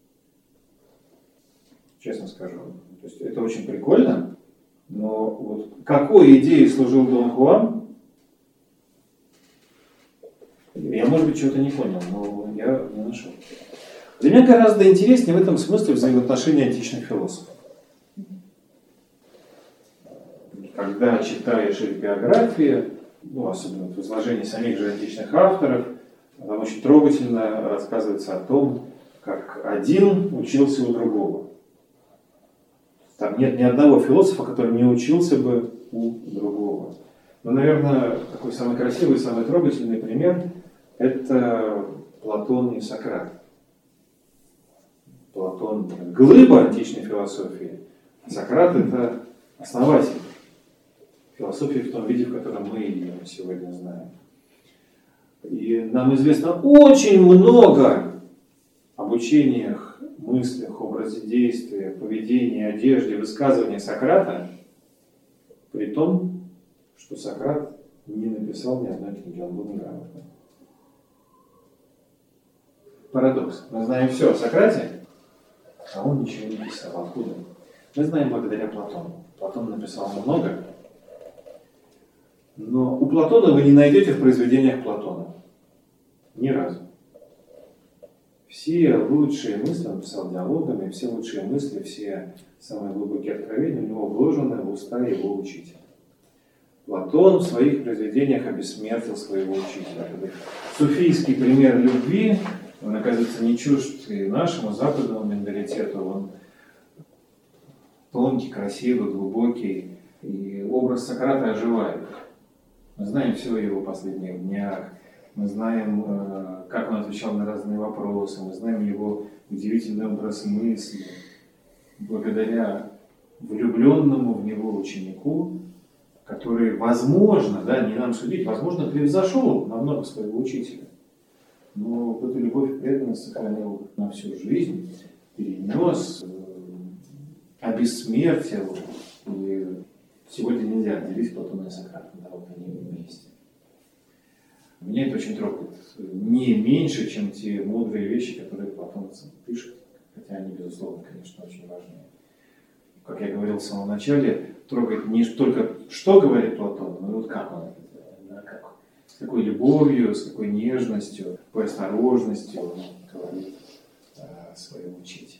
Честно скажу. То есть это очень прикольно, но вот какой идеей служил Дон Хуан, я, может быть, чего-то не понял, но я не нашел. Для меня гораздо интереснее в этом смысле взаимоотношения античных философов. Когда читаешь их биографии, ну, особенно в изложении самих же античных авторов, там очень трогательно рассказывается о том, как один учился у другого. Там нет ни одного философа, который не учился бы у другого. Но, наверное, такой самый красивый, самый трогательный пример – это Платон и Сократ. Платон – глыба античной философии, а Сократ – это основатель философии в том виде, в котором мы ее сегодня знаем. И нам известно очень много об учениях, мыслях, образе действия, поведении, одежде, высказываниях Сократа, при том, что Сократ не написал ни одной книги, он был неграмотным. Парадокс. Мы знаем все о Сократе, а он ничего не писал. Откуда? Мы знаем благодаря Платону. Платон написал много, но у Платона вы не найдете в произведениях Платона. Ни разу. Все лучшие мысли, он писал диалогами, все лучшие мысли, все самые глубокие откровения у него вложены в уста его учителя. Платон в своих произведениях обессмертил своего учителя. Это суфийский пример любви, он, оказывается, не чужд и нашему западному менталитету. Он тонкий, красивый, глубокий, и образ Сократа оживает. Мы знаем все о его последних днях, мы знаем, э, как он отвечал на разные вопросы, мы знаем его удивительный образ мысли. Благодаря влюбленному в него ученику, который, возможно, да, не нам судить, возможно, превзошел намного своего учителя. Но эту любовь и преданность сохранил на всю жизнь, перенес, обессмертил. И сегодня нельзя отделить Платона и Сократа, да, вот они вместе. Меня это очень трогает. Не меньше, чем те мудрые вещи, которые Платон пишет, хотя они, безусловно, конечно, очень важны. Как я говорил в самом начале, трогает не только, что говорит Платон, но и вот как он это делает, да, как, с какой любовью, с какой нежностью, какой осторожностью он говорит о своем учителе.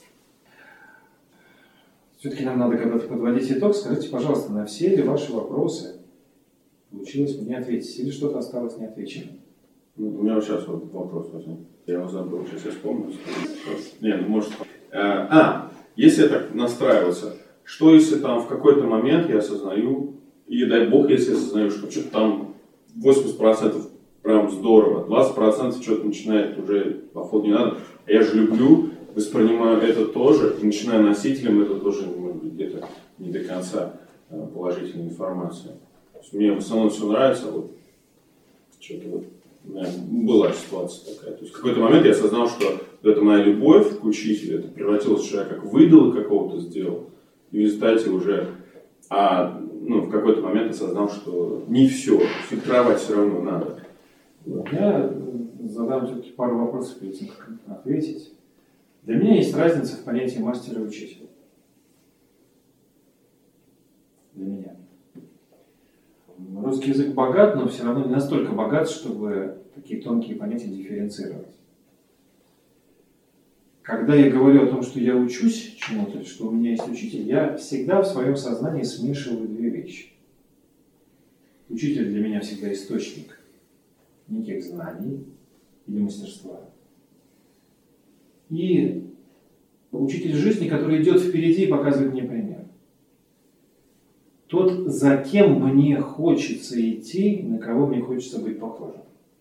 Все-таки нам надо когда-то подводить итог. Скажите, пожалуйста, на все ли ваши вопросы получилось мне ответить, или что-то осталось неотвеченным? Ну, у меня вот сейчас вот вопрос возник. Я его забыл, сейчас я вспомню. Нет, ну может... А, если я так настраиваться, что если там в какой-то момент я осознаю, и дай бог, если я осознаю, что что-то там восемьдесят процентов прям здорово, двадцать процентов что-то начинает уже, походу, не надо, а я же люблю, воспринимаю это тоже, и начинаю носителем это тоже, может быть, где-то не до конца положительной информации. То есть мне в основном все нравится, вот что-то вот у меня была ситуация такая. То есть в какой-то момент я осознал, что это моя любовь к учителю, это превратилось, что я как выдал какого-то сделал, и в результате уже, а, ну, в какой-то момент осознал, что не все, фильтровать все равно надо. Я задам все-таки пару вопросов перед тем, как ответить. Для меня есть разница в понятии мастера и учителя. Для меня. Русский язык богат, но все равно не настолько богат, чтобы такие тонкие понятия дифференцировать. Когда я говорю о том, что я учусь чему-то, что у меня есть учитель, я всегда в своем сознании смешиваю две вещи. Учитель для меня всегда источник неких знаний или мастерства. И учитель жизни, который идет впереди и показывает мне пример. Тот, за кем мне хочется идти, на кого мне хочется быть похожим.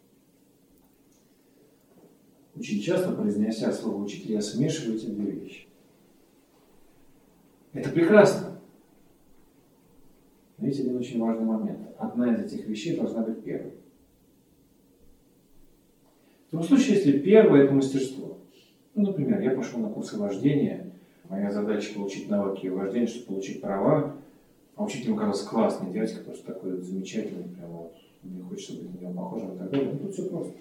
Очень часто, произнеся слово «учитель», я смешиваю эти две вещи. Это прекрасно. Но есть один очень важный момент. Одна из этих вещей должна быть первой. В том случае, если первое – это мастерство. Ну, например, я пошел на курсы вождения. Моя задача – получить навыки вождения, чтобы получить права. А учитель оказался классный дядька, просто такой вот замечательный, прям вот, мне хочется быть на него похожим и так далее. Ну, тут все просто.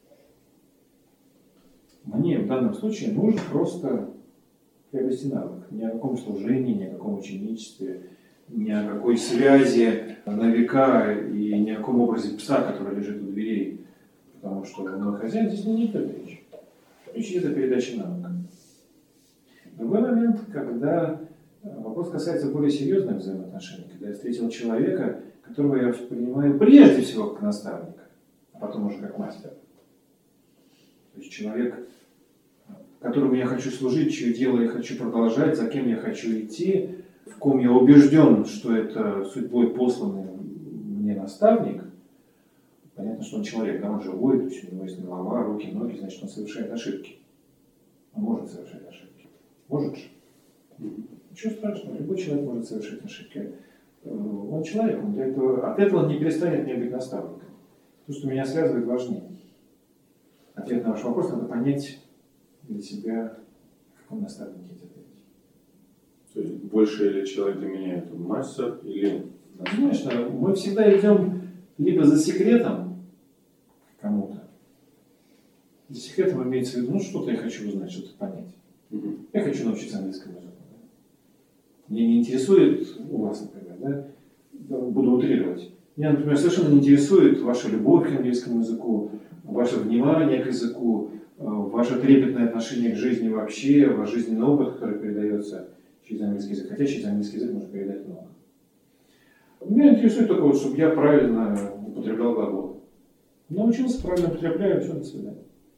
Мне в данном случае нужно просто приобрести навык. Ни о каком служении, ни о каком ученичестве, ни о какой связи на века и ни о каком образе пса, который лежит у дверей. Потому что мой хозяин здесь не идет речь. Речь идет о передаче навыка. Другой момент, когда вопрос касается более серьезных взаимоотношений, когда я встретил человека, которого я воспринимаю прежде всего как наставника, а потом уже как мастера. То есть человек, которому я хочу служить, чье дело я хочу продолжать, за кем я хочу идти, в ком я убежден, что это судьбой посланный мне наставник. Понятно, что он человек, да, он живой, то есть у него есть голова, руки, ноги, значит, он совершает ошибки. Он может совершать ошибки. Может же. Ничего страшного, любой человек может совершать ошибки. Он человек, он для этого, от этого он не перестанет мне быть наставником. То, что меня связывает, важнее. Ответ на ваш вопрос надо понять для себя, в каком наставнике это быть. То есть больше или человек для меня это мастер, или... Конечно, мы всегда идем либо за секретом к кому-то. За секретом имеется в виду, ну что-то я хочу узнать, что-то понять. Угу. Я хочу научиться английскому языку. Меня не интересует, у вас, например, да, буду утрировать. Меня, например, совершенно не интересует ваша любовь к английскому языку, ваше внимание к языку, ваше трепетное отношение к жизни вообще, ваш жизненный опыт, который передается через английский язык. Хотя через английский язык можно передать много. Меня интересует только, вот, чтобы я правильно употреблял глаголы. Научился правильно употреблять, все, до свидания.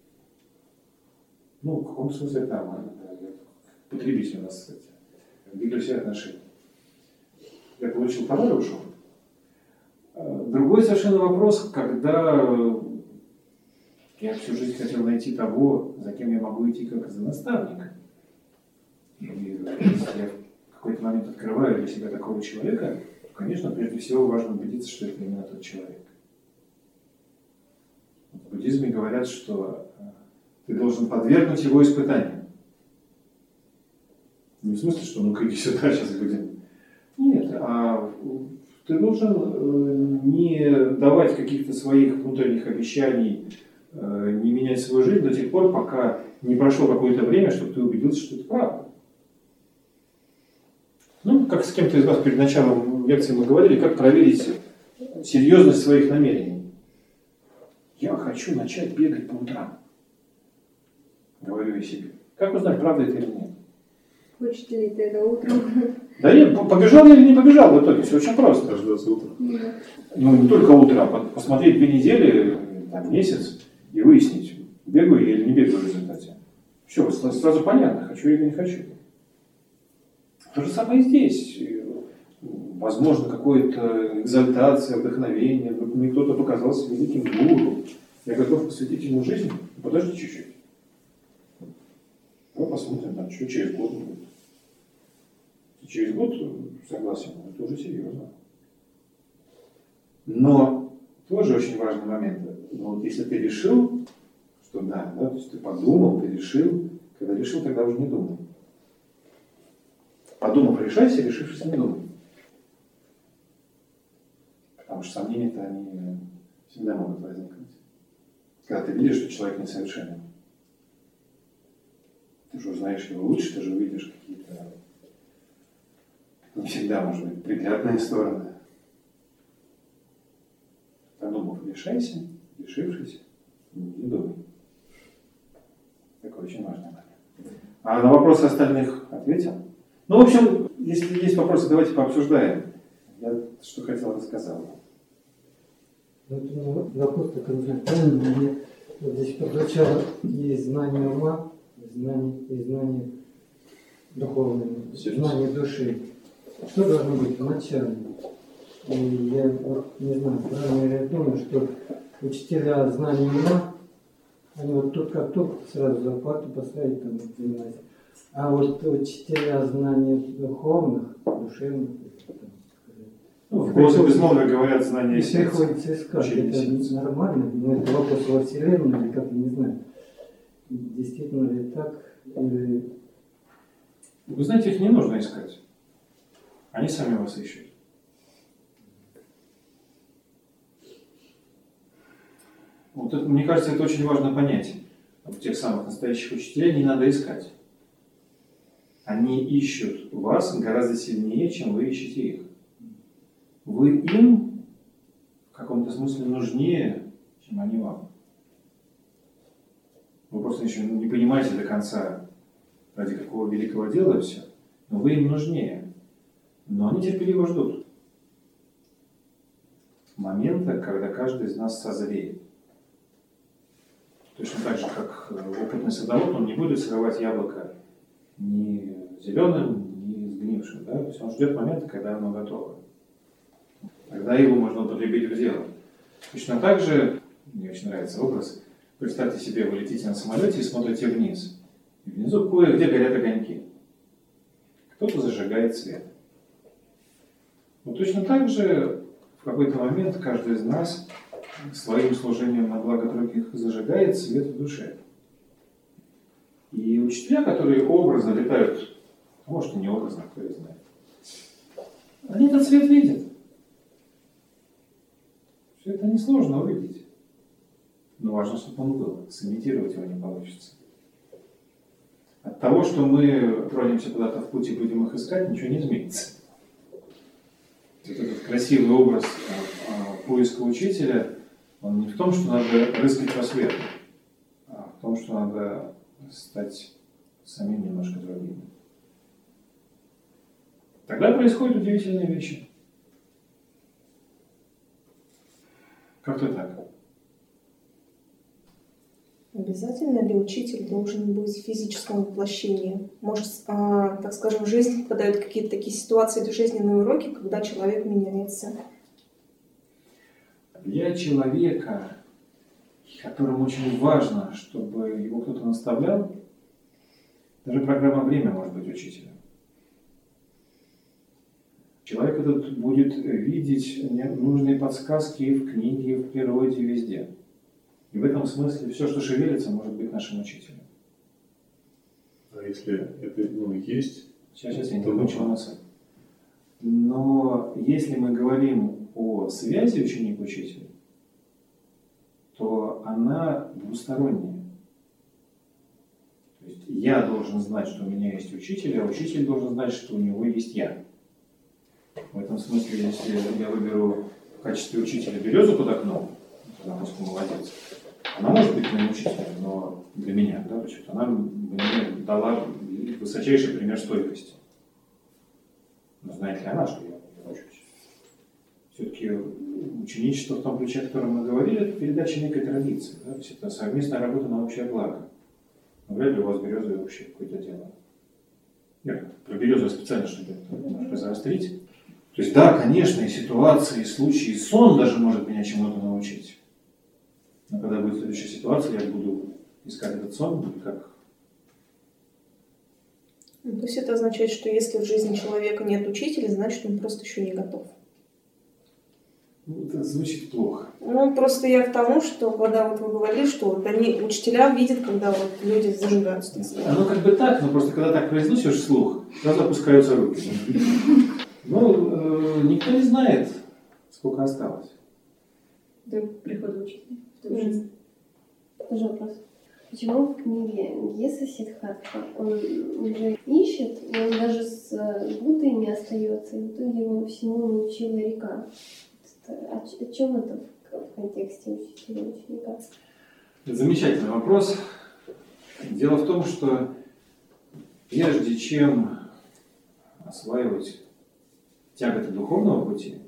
Ну, в каком смысле это нормально. Потребитель у нас, кстати. Двигали все отношения. Я получил товар и ушел. Другой совершенно вопрос, когда Я всю жизнь хотел найти того, за кем я могу идти как за наставника. И если я в какой-то момент открываю для себя такого человека, то, конечно, прежде всего важно убедиться, что это именно тот человек. В буддизме говорят, что ты должен подвергнуть его испытанию. Не в смысле, что ну-ка иди сюда, сейчас будем. Нет, а ты должен не давать каких-то своих внутренних обещаний, не менять свою жизнь до тех пор, пока не прошло какое-то время, чтобы ты убедился, что это правда. Ну, как с кем-то из вас перед началом лекции мы говорили, как проверить серьезность своих намерений. Я хочу начать бегать по утрам. Говорю я себе. Как узнать, правда это или нет? Хочешь ли ты это утром? Да я побежал или не побежал в итоге, все очень просто. Дождаться утра. Да. Ну, не только утро, а посмотреть две недели, там, месяц и выяснить, бегаю я или не бегаю в результате. Все, сразу понятно, хочу или не хочу. То же самое и здесь. Возможно, какая-то экзальтация, вдохновение, мне кто-то показался великим гуру. Я готов посвятить ему жизнь. Подожди чуть-чуть. Давай посмотрим, там, что через год будет. Через год, согласен, это уже серьезно. Но тоже очень важный момент. Но вот если ты решил, что да, да, то есть ты подумал, ты решил, когда решил, тогда уже не думай. Подумав, решайся, решившись, не думай. Потому что сомнения-то они всегда могут возникнуть. Когда ты видишь, что человек несовершенен. Ты же узнаешь его лучше, ты же увидишь какие-то не всегда, может быть, приглядные стороны. Подумав, решайся, решившись, не думай. Такой очень важный момент. А на вопросы остальных ответил? Ну, в общем, если есть вопросы, давайте пообсуждаем. Я что хотел, рассказал. Вот у меня вопрос такой, не знаю, правильно мне вот здесь прозвучало и знание ума, и знание, и знание духовное, знание души. Что должно быть вначале? И я вот не знаю, правильно я думаю, что учителя знания ума, они вот тут как тут сразу за парту поставить там в гимназии. А вот учителя знаний духовных, душевных, ну, в Голосе Безмолвия говорят знания сердца. Приходится искать, это нормально, но это вопрос во Вселенной, или как, я не знаю, действительно ли так, или... Вы знаете, их не нужно искать. Они сами вас ищут. Вот это, мне кажется, это очень важно понять. Вот тех самых настоящих учителей не надо искать. Они ищут вас гораздо сильнее, чем вы ищете их. Вы им в каком-то смысле нужнее, чем они вам. Вы просто еще не понимаете до конца, ради какого великого дела все, но вы им нужнее. Но они терпеливо ждут момента, когда каждый из нас созреет. Точно так же, как опытный садовод, он не будет срывать яблоко ни зеленым, ни сгнившим. Да? То есть он ждет момента, когда оно готово. Тогда его можно употребить в дело. Точно так же, мне очень нравится образ, представьте себе, вы летите на самолете и смотрите вниз. И внизу кое-где горят огоньки. Кто-то зажигает свет. Но точно так же в какой-то момент каждый из нас своим служением на благо других зажигает свет в душе. И учителя, которые образно летают, а может и не образно, кто их знает, они этот свет видят. Все это несложно увидеть. Но важно, чтобы он был. Сымитировать его не получится. От того, что мы тронемся куда-то в путь и будем их искать, ничего не изменится. Вот этот красивый образ поиска учителя, он не в том, что надо рыскать по свету, а в том, что надо стать самим немножко другим. Тогда происходят удивительные вещи. Как-то так. Обязательно ли учитель должен быть в физическом воплощении? Может, а, так скажем, в жизни попадают какие-то такие ситуации или жизненные уроки, когда человек меняется? Для человека которому очень важно, чтобы его кто-то наставлял. Даже программа «Время» может быть учителем. Человек этот будет видеть нужные подсказки в книге, в природе, везде. И в этом смысле все, что шевелится, может быть нашим учителем. А если это ну, есть? Сейчас, сейчас я не закончил мысль. Но если мы говорим о связи ученик-учитель, то она двусторонняя. То есть я должен знать, что у меня есть учитель, а учитель должен знать, что у него есть я. В этом смысле, если я выберу в качестве учителя березу под окном, тогда мозг молодец, она может быть моим учителем, но для меня, да, почему-то она мне дала высочайший пример стойкости. Но знает ли она, что я не учусь? Все-таки ученичество в том ключе, о котором мы говорили, это передача некой традиции. Да? То есть это совместная работа на общее благо. Но вряд ли у вас с березой вообще какое-то дело. Я про березу специально, чтобы это немножко заострить. То есть да, конечно, и ситуации, и случаи, и сон даже может меня чему-то научить. Но когда будет следующая ситуация, я буду искать этот сон, как... Ну, то есть это означает, что если в жизни человека нет учителя, значит он просто еще не готов. Ну, это звучит плохо. Ну, просто я к тому, что когда вот вы говорили, что вот они, учителя видят, когда вот люди зажигаются. Оно как бы так, но просто когда так произносишь вслух, сразу опускаются руки. Ну, никто не знает, сколько осталось. До прихода учителя в твою жизнь. Тоже вопрос. Почему в книге Геса Сиддхартха он уже ищет, и он даже с Буддой не остается, и в итоге его всему научила река? О, о чем это в контексте учителя и ученика? Замечательный вопрос. Дело в том, что прежде чем осваивать тяготы духовного пути,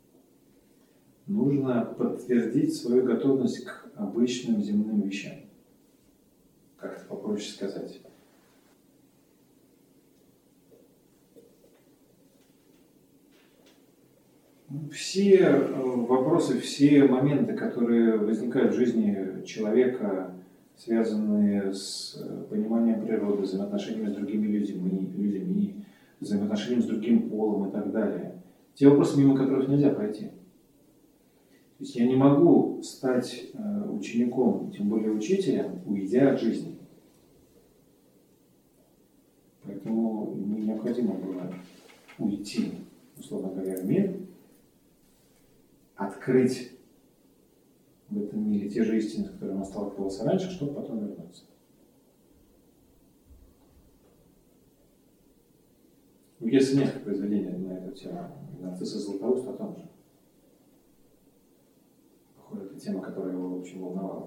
нужно подтвердить свою готовность к обычным земным вещам. Как это попроще сказать? Все вопросы, все моменты, которые возникают в жизни человека, связанные с пониманием природы, взаимоотношениями с другими людьми, людьми, взаимоотношениями с другим полом и так далее, те вопросы, мимо которых нельзя пройти. То есть я не могу стать учеником, тем более учителем, уйдя от жизни. Поэтому мне необходимо было уйти, условно говоря, в мир, открыть в этом мире те же истины, с которыми он сталкивался раньше, чтобы потом вернуться. У Гесса несколько произведений на эту тему. Нарцисс и Златоуст о том же. Похоже, это тема, которая его очень волновала.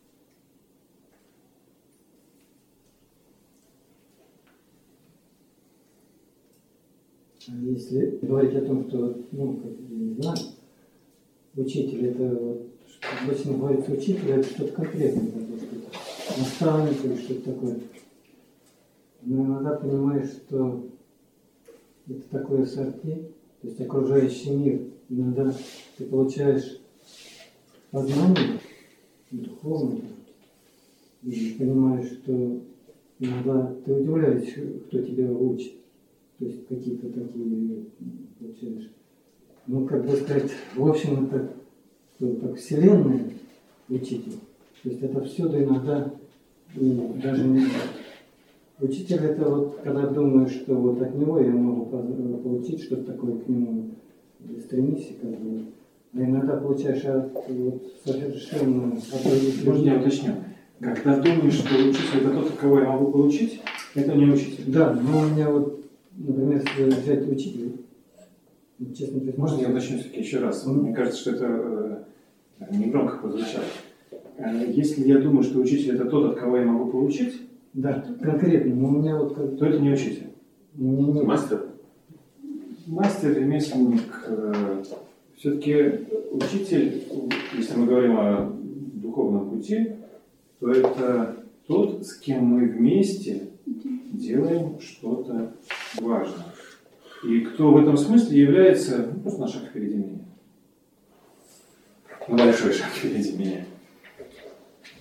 Если говорить о том, что, ну, как, я не знаю, учитель, это вот, обычно говорится учитель, это что-то конкретное, такое, что-то наставник или что-то такое. Но иногда понимаешь, что это такое сорти, то есть окружающий мир. Иногда ты получаешь познание духовное, и понимаешь, что иногда ты удивляешься, кто тебя учит. То есть какие-то такие получаешь. Ну, как бы сказать, в общем, это что, так вселенная учитель. То есть это всюду иногда, и даже не... Учитель это вот, когда думаешь, что вот от него я могу получить что-то такое, к нему стремись, как бы. А иногда получаешь от, вот, совершенно... Можно я уточню? Когда думаешь, что учитель это тот, кого я могу получить, это не учитель. Да, но у меня вот, например, если взять учителя, честно признаюсь... Можно я уточню все-таки еще раз? Mm-hmm. Мне кажется, что это э, негромко прозвучало. Если я думаю, что учитель это тот, от кого я могу получить, да, конкретно, но у меня вот... Как... То это не учитель. Не, не. Мастер? Мастер, ремесленник. Э, все-таки учитель, если мы говорим о духовном пути, то это тот, с кем мы вместе делаем что-то важное. И кто в этом смысле является, ну, просто на шаг впереди меня. На большой шаг впереди меня.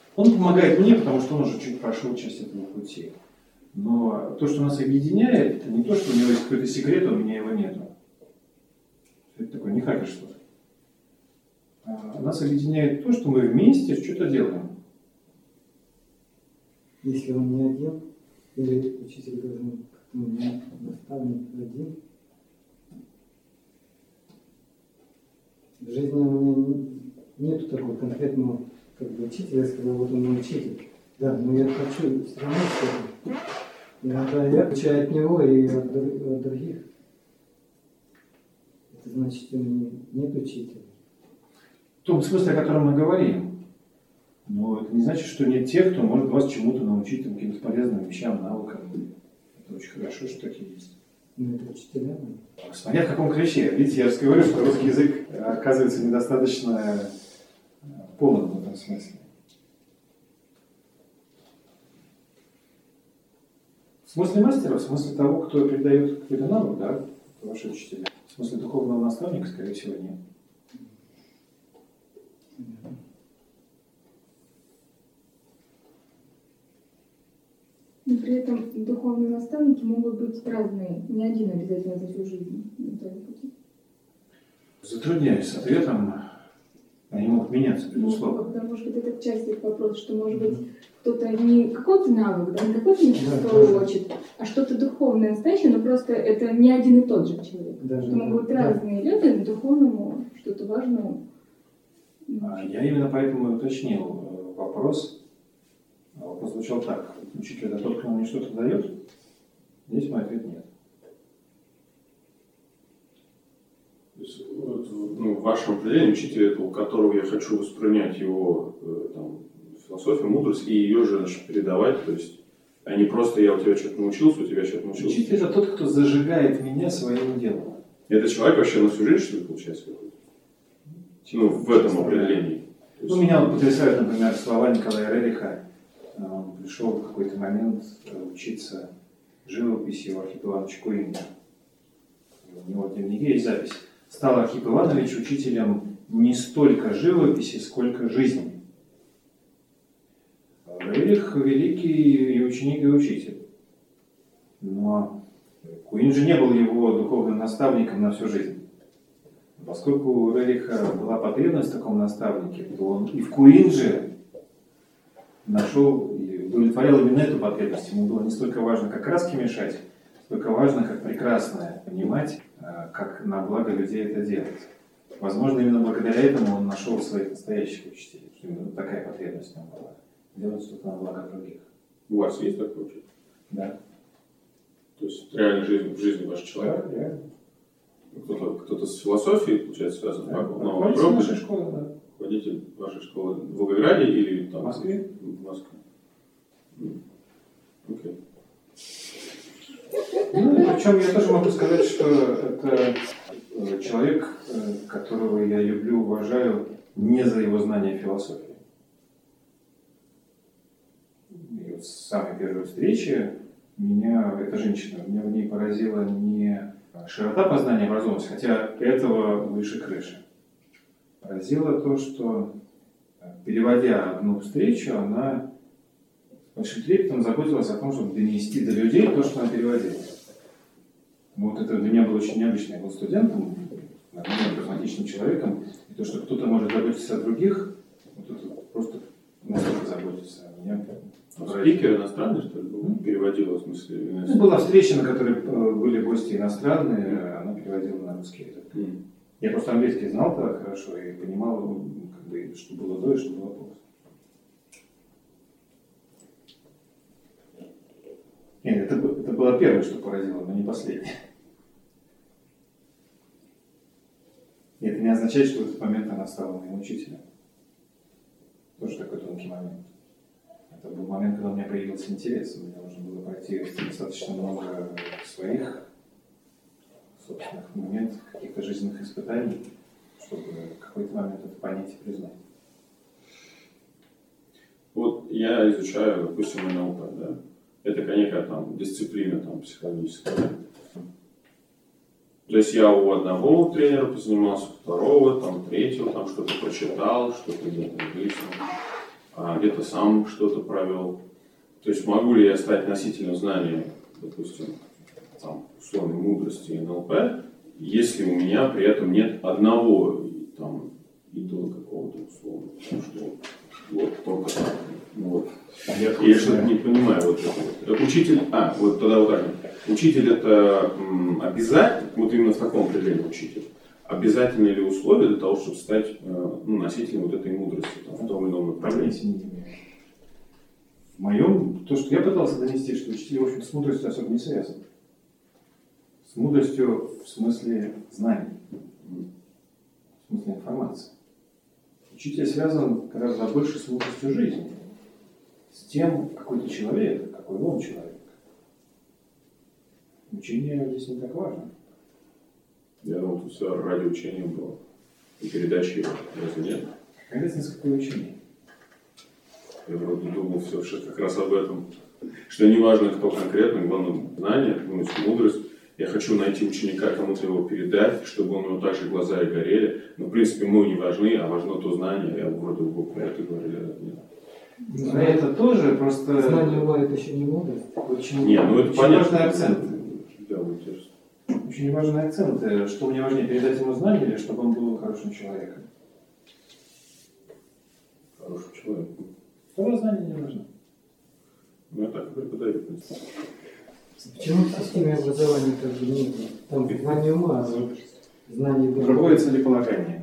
Он помогает мне, потому что он уже чуть прошел часть этого пути. Но то, что нас объединяет, это не то, что у него есть какой-то секрет, а у меня его нету. Это такое не хакерство. А нас объединяет то, что мы вместе что-то делаем. Если он не один, или учитель должен, ну, наставник один, в жизни у меня нету такого конкретного как бы учителя, я сказал, вот он мой учитель. Да, но я хочу все равно что-то. Иногда я получаю от него и от, от других. Это значит, что у меня нет учителя. В том смысле, о котором мы говорим. Но это не значит, что нет тех, кто может вас чему-то научить, там, каким-то полезным вещам, навыкам. Это очень хорошо, что такие есть. Ну, это учителя. Смотря в каком ключе. Видите, я же говорю, что русский язык оказывается недостаточно полон в этом смысле. В смысле мастера, в смысле того, кто передает какой-то навык, да, это ваши учителя. В смысле духовного наставника, скорее всего, нет. Но при этом духовные наставники могут быть разные, не один обязательно за всю жизнь. Затрудняюсь с ответом, они могут меняться, безусловно. Ну, потому что это часть их вопроса, что может быть кто-то не какой-то навык, да, не какой-то мастерство учит, а что-то духовное настоящее, но просто это не один и тот же человек. Да, что да, могут быть да. разные люди, но духовному что-то важное. Я именно поэтому и уточнил вопрос. Вопрос звучал так. Учитель — это тот, кто мне что-то дает? Здесь мой ответ нет. То есть, вот, ну, в вашем определении учитель — это у которого я хочу воспринять его там, философию, мудрость и ее же, значит, передавать. То есть, а не просто я у тебя что-то научился, у тебя что-то научился. Учитель — это тот, кто зажигает меня своим делом. Это человек вообще на всю жизнь, что ли, получается, какой-то? Ну, в этом определении. Ну, меня вот потрясают, например, слова Николая Рериха. Он пришел в какой-то момент учиться живописи у Архипа Ивановича Куинга. У него в дневнике есть запись. Стал Архип Иванович учителем не столько живописи, сколько жизни. Рерих великий и ученик, и учитель. Но Куин же не был его духовным наставником на всю жизнь. Поскольку у Рериха была потребность в таком наставнике, то он и в Куинже нашел и удовлетворял именно эту потребность. Ему было не столько важно, как краски мешать, сколько важно, как прекрасное понимать, как на благо людей это делать. Возможно, именно благодаря этому он нашел своих настоящих учителей, что именно такая потребность у него была. Делать что-то на благо других. У вас есть такой учитель? Да. То есть реально жизнь, в жизни вашего человека? Да, реально. Кто-то, кто-то с философией, получается, связан Да. с Ну, водитель нашей школы, да. Водитель вашей школы в Волгограде или там? В Москве. В Москве. Окей. Ну, причем я тоже могу сказать, что это человек, которого я люблю, уважаю не за его знание философии. И вот с самой первой встречи меня, эта женщина, меня в ней поразила не широта познания образованности, хотя этого выше крыши. Поразило то, что, переводя одну встречу, она с большим трепетом заботилась о том, чтобы донести до людей то, что она переводила. Вот это для меня было очень необычно. Я был студентом, нормальным, прагматичным человеком, и то, что кто-то может заботиться о других, вот это просто настолько заботиться о меня. Спикер иностранный, что ли, был? Переводила, в смысле? Ну, была встреча, на которой были гости иностранные, она переводила на русский язык. Mm. Я просто английский знал тогда хорошо и понимал, как бы, что было до и что было после. Нет, это, это было первое, что поразило, но не последнее. И это не означает, что в этот момент она стала моим учителем. Тоже такой тонкий момент. Это был момент, когда у меня появился интерес. Мне нужно было пройти достаточно много своих собственных моментов, каких-то жизненных испытаний, чтобы в какой-то момент это понять и признать. Вот я изучаю, допустим, эн эл пэ, да? Это некая там дисциплина там, психологическая. То есть я у одного тренера позанимался, у второго, там, третьего, там что-то прочитал, что-то где-то выяснил. а где-то сам что-то провел. То есть могу ли я стать носителем знания, допустим, там, условной мудрости эн эл пэ, если у меня при этом нет одного там, идола какого-то условно, потому что вот только так. Вот. Я что-то не понимаю. Вот это вот. Учитель, а, вот тогда вот так. Учитель это м, обязательно, вот именно в таком определении учитель, обязательное ли условие для того, чтобы стать э, ну, носителем вот этой мудрости там, в том или ином направлении? В моем, то, что я пытался донести, что учитель, в общем, с мудростью особо не связан. С мудростью в смысле знаний, в смысле информации. Учитель связан гораздо больше с мудростью жизни, с тем, какой ты человек, какой он человек. Учение здесь не так важно. Я думал, тут все ради учения было. И передачи его, разве нет? Какая разница, какое учение? Я вроде думал все как раз об этом. Что не важно, кто конкретно, главное знание, ну, мудрость. Я хочу найти ученика, кому-то его передать, чтобы у него также глаза и горели. Но, в принципе, мы не важны, а важно то знание. Я вроде бы про это говорили. Но это тоже просто... Знание ума — это еще не мудрость. Очень, не, ну это очень понятно. важный акцент. Да, интересно. Очень важный акцент. Что мне важнее, передать ему знание или чтобы он был хорошим человеком? Хорошим человеком. Второе знание не важно. Ну, я так и преподаю. Почему в системе образования как бы нет? Там знание ума, а знание духа. Другое целеполагание.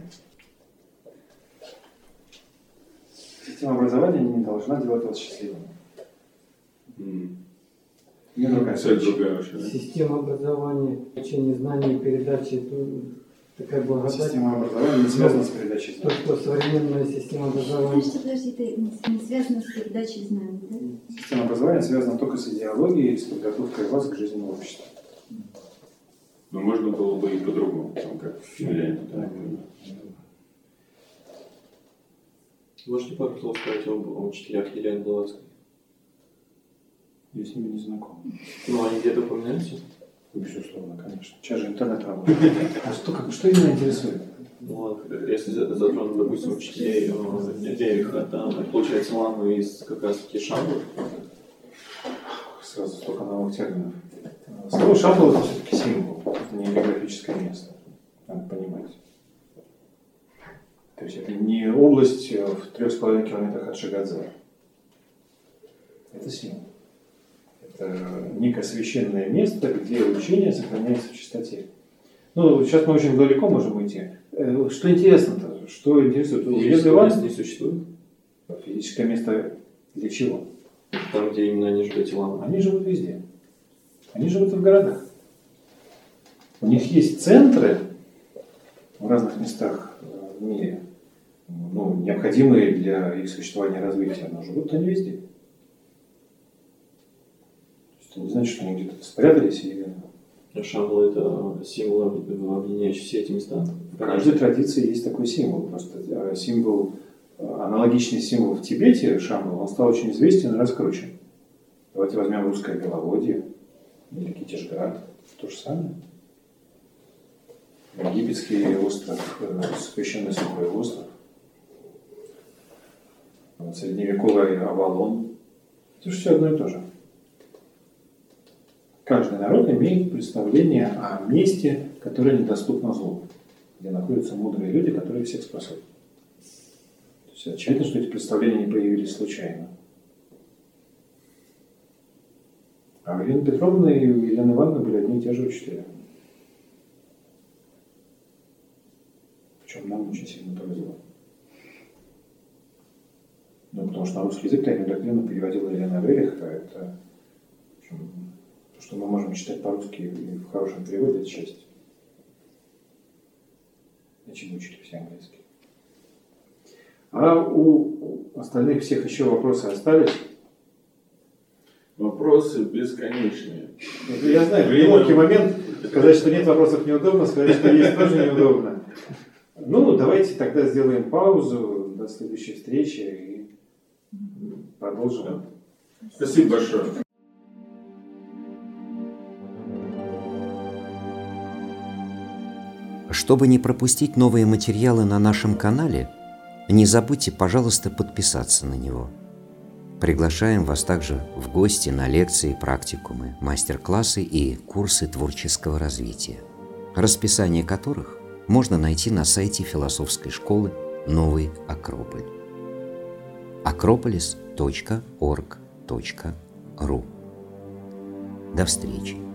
Система образования не должна делать вас счастливым. Mm. Не другая другая вообще, да? Система образования, учение знаний, передачи, это такая благодать. Система образования не связана с передачей знаний. То, что современная система образования... Подожди, подожди, это не связано с передачей знаний, да? Система образования связана только с идеологией, с подготовкой вас к жизненному обществу. Но можно было бы и по-другому, там, как в Финляндии. Да. Можете пару слов сказать об учителях Елены Блаватской? Я с ними не знаком. Ну, они где-то упоминаются? Безусловно, конечно. Сейчас же интернет работает. А что, как, что именно интересует? Ну, ладно, если затронуть, допустим, учителей Дереха, там, получается, ламу из как раз-таки Шамбы. Сразу столько новых терминов. Слово Шамбал — это все-таки символ, это не географическое место. Надо понимать. То есть это не область в трех с половиной километрах от Шагадзе. Это символ. Это некое священное место, где учение сохраняется в чистоте. Ну, сейчас мы очень далеко можем уйти. Что интересно-то? Что интересует? Физическое место не существует? Физическое место для чего? Там, где именно они живут, эти ламы. Они живут везде. Они живут в городах. У них есть центры в разных местах в мире, ну, необходимые для их существования и развития, но живут они везде. То есть это не значит, что они где-то спрятались и... Шамбала — это символ, объединяющий все эти места. В каждой традиции есть такой символ. Просто символ, аналогичный символ в Тибете, Шамбала, он стал очень известен и раскручен. Давайте возьмем русское Беловодье или Китежград. То же самое. Египетский остров, священный сухой остров. Средневековый Авалон. Это же все одно и то же. Каждый народ имеет представление о месте, которое недоступно злу, где находятся мудрые люди, которые всех спасут. То есть очевидно, что эти представления не появились случайно. А у Елены Петровны и у Елены Ивановны были одни и те же учителя. Причем нам очень сильно повезло. Ну, потому что на русский язык тайную доктрину переводила Елена Верих, а это, в общем, то, что мы можем читать по-русски и в хорошем переводе, это счастье. Зачем учили все английский? А у остальных всех еще вопросы остались? Вопросы бесконечные. Я знаю, в неловкий момент сказать, что нет вопросов, неудобно, сказать, что есть, тоже неудобно. Ну, давайте тогда сделаем паузу до следующей встречи и продолжим. Спасибо большое. Чтобы не пропустить новые материалы на нашем канале, Не забудьте, пожалуйста, подписаться на него. Приглашаем вас также в гости на лекции, практикумы, мастер-классы и курсы творческого развития, расписание которых можно найти на сайте философской школы «Новый Акрополь» акрополис точка орг точка ру. До встречи!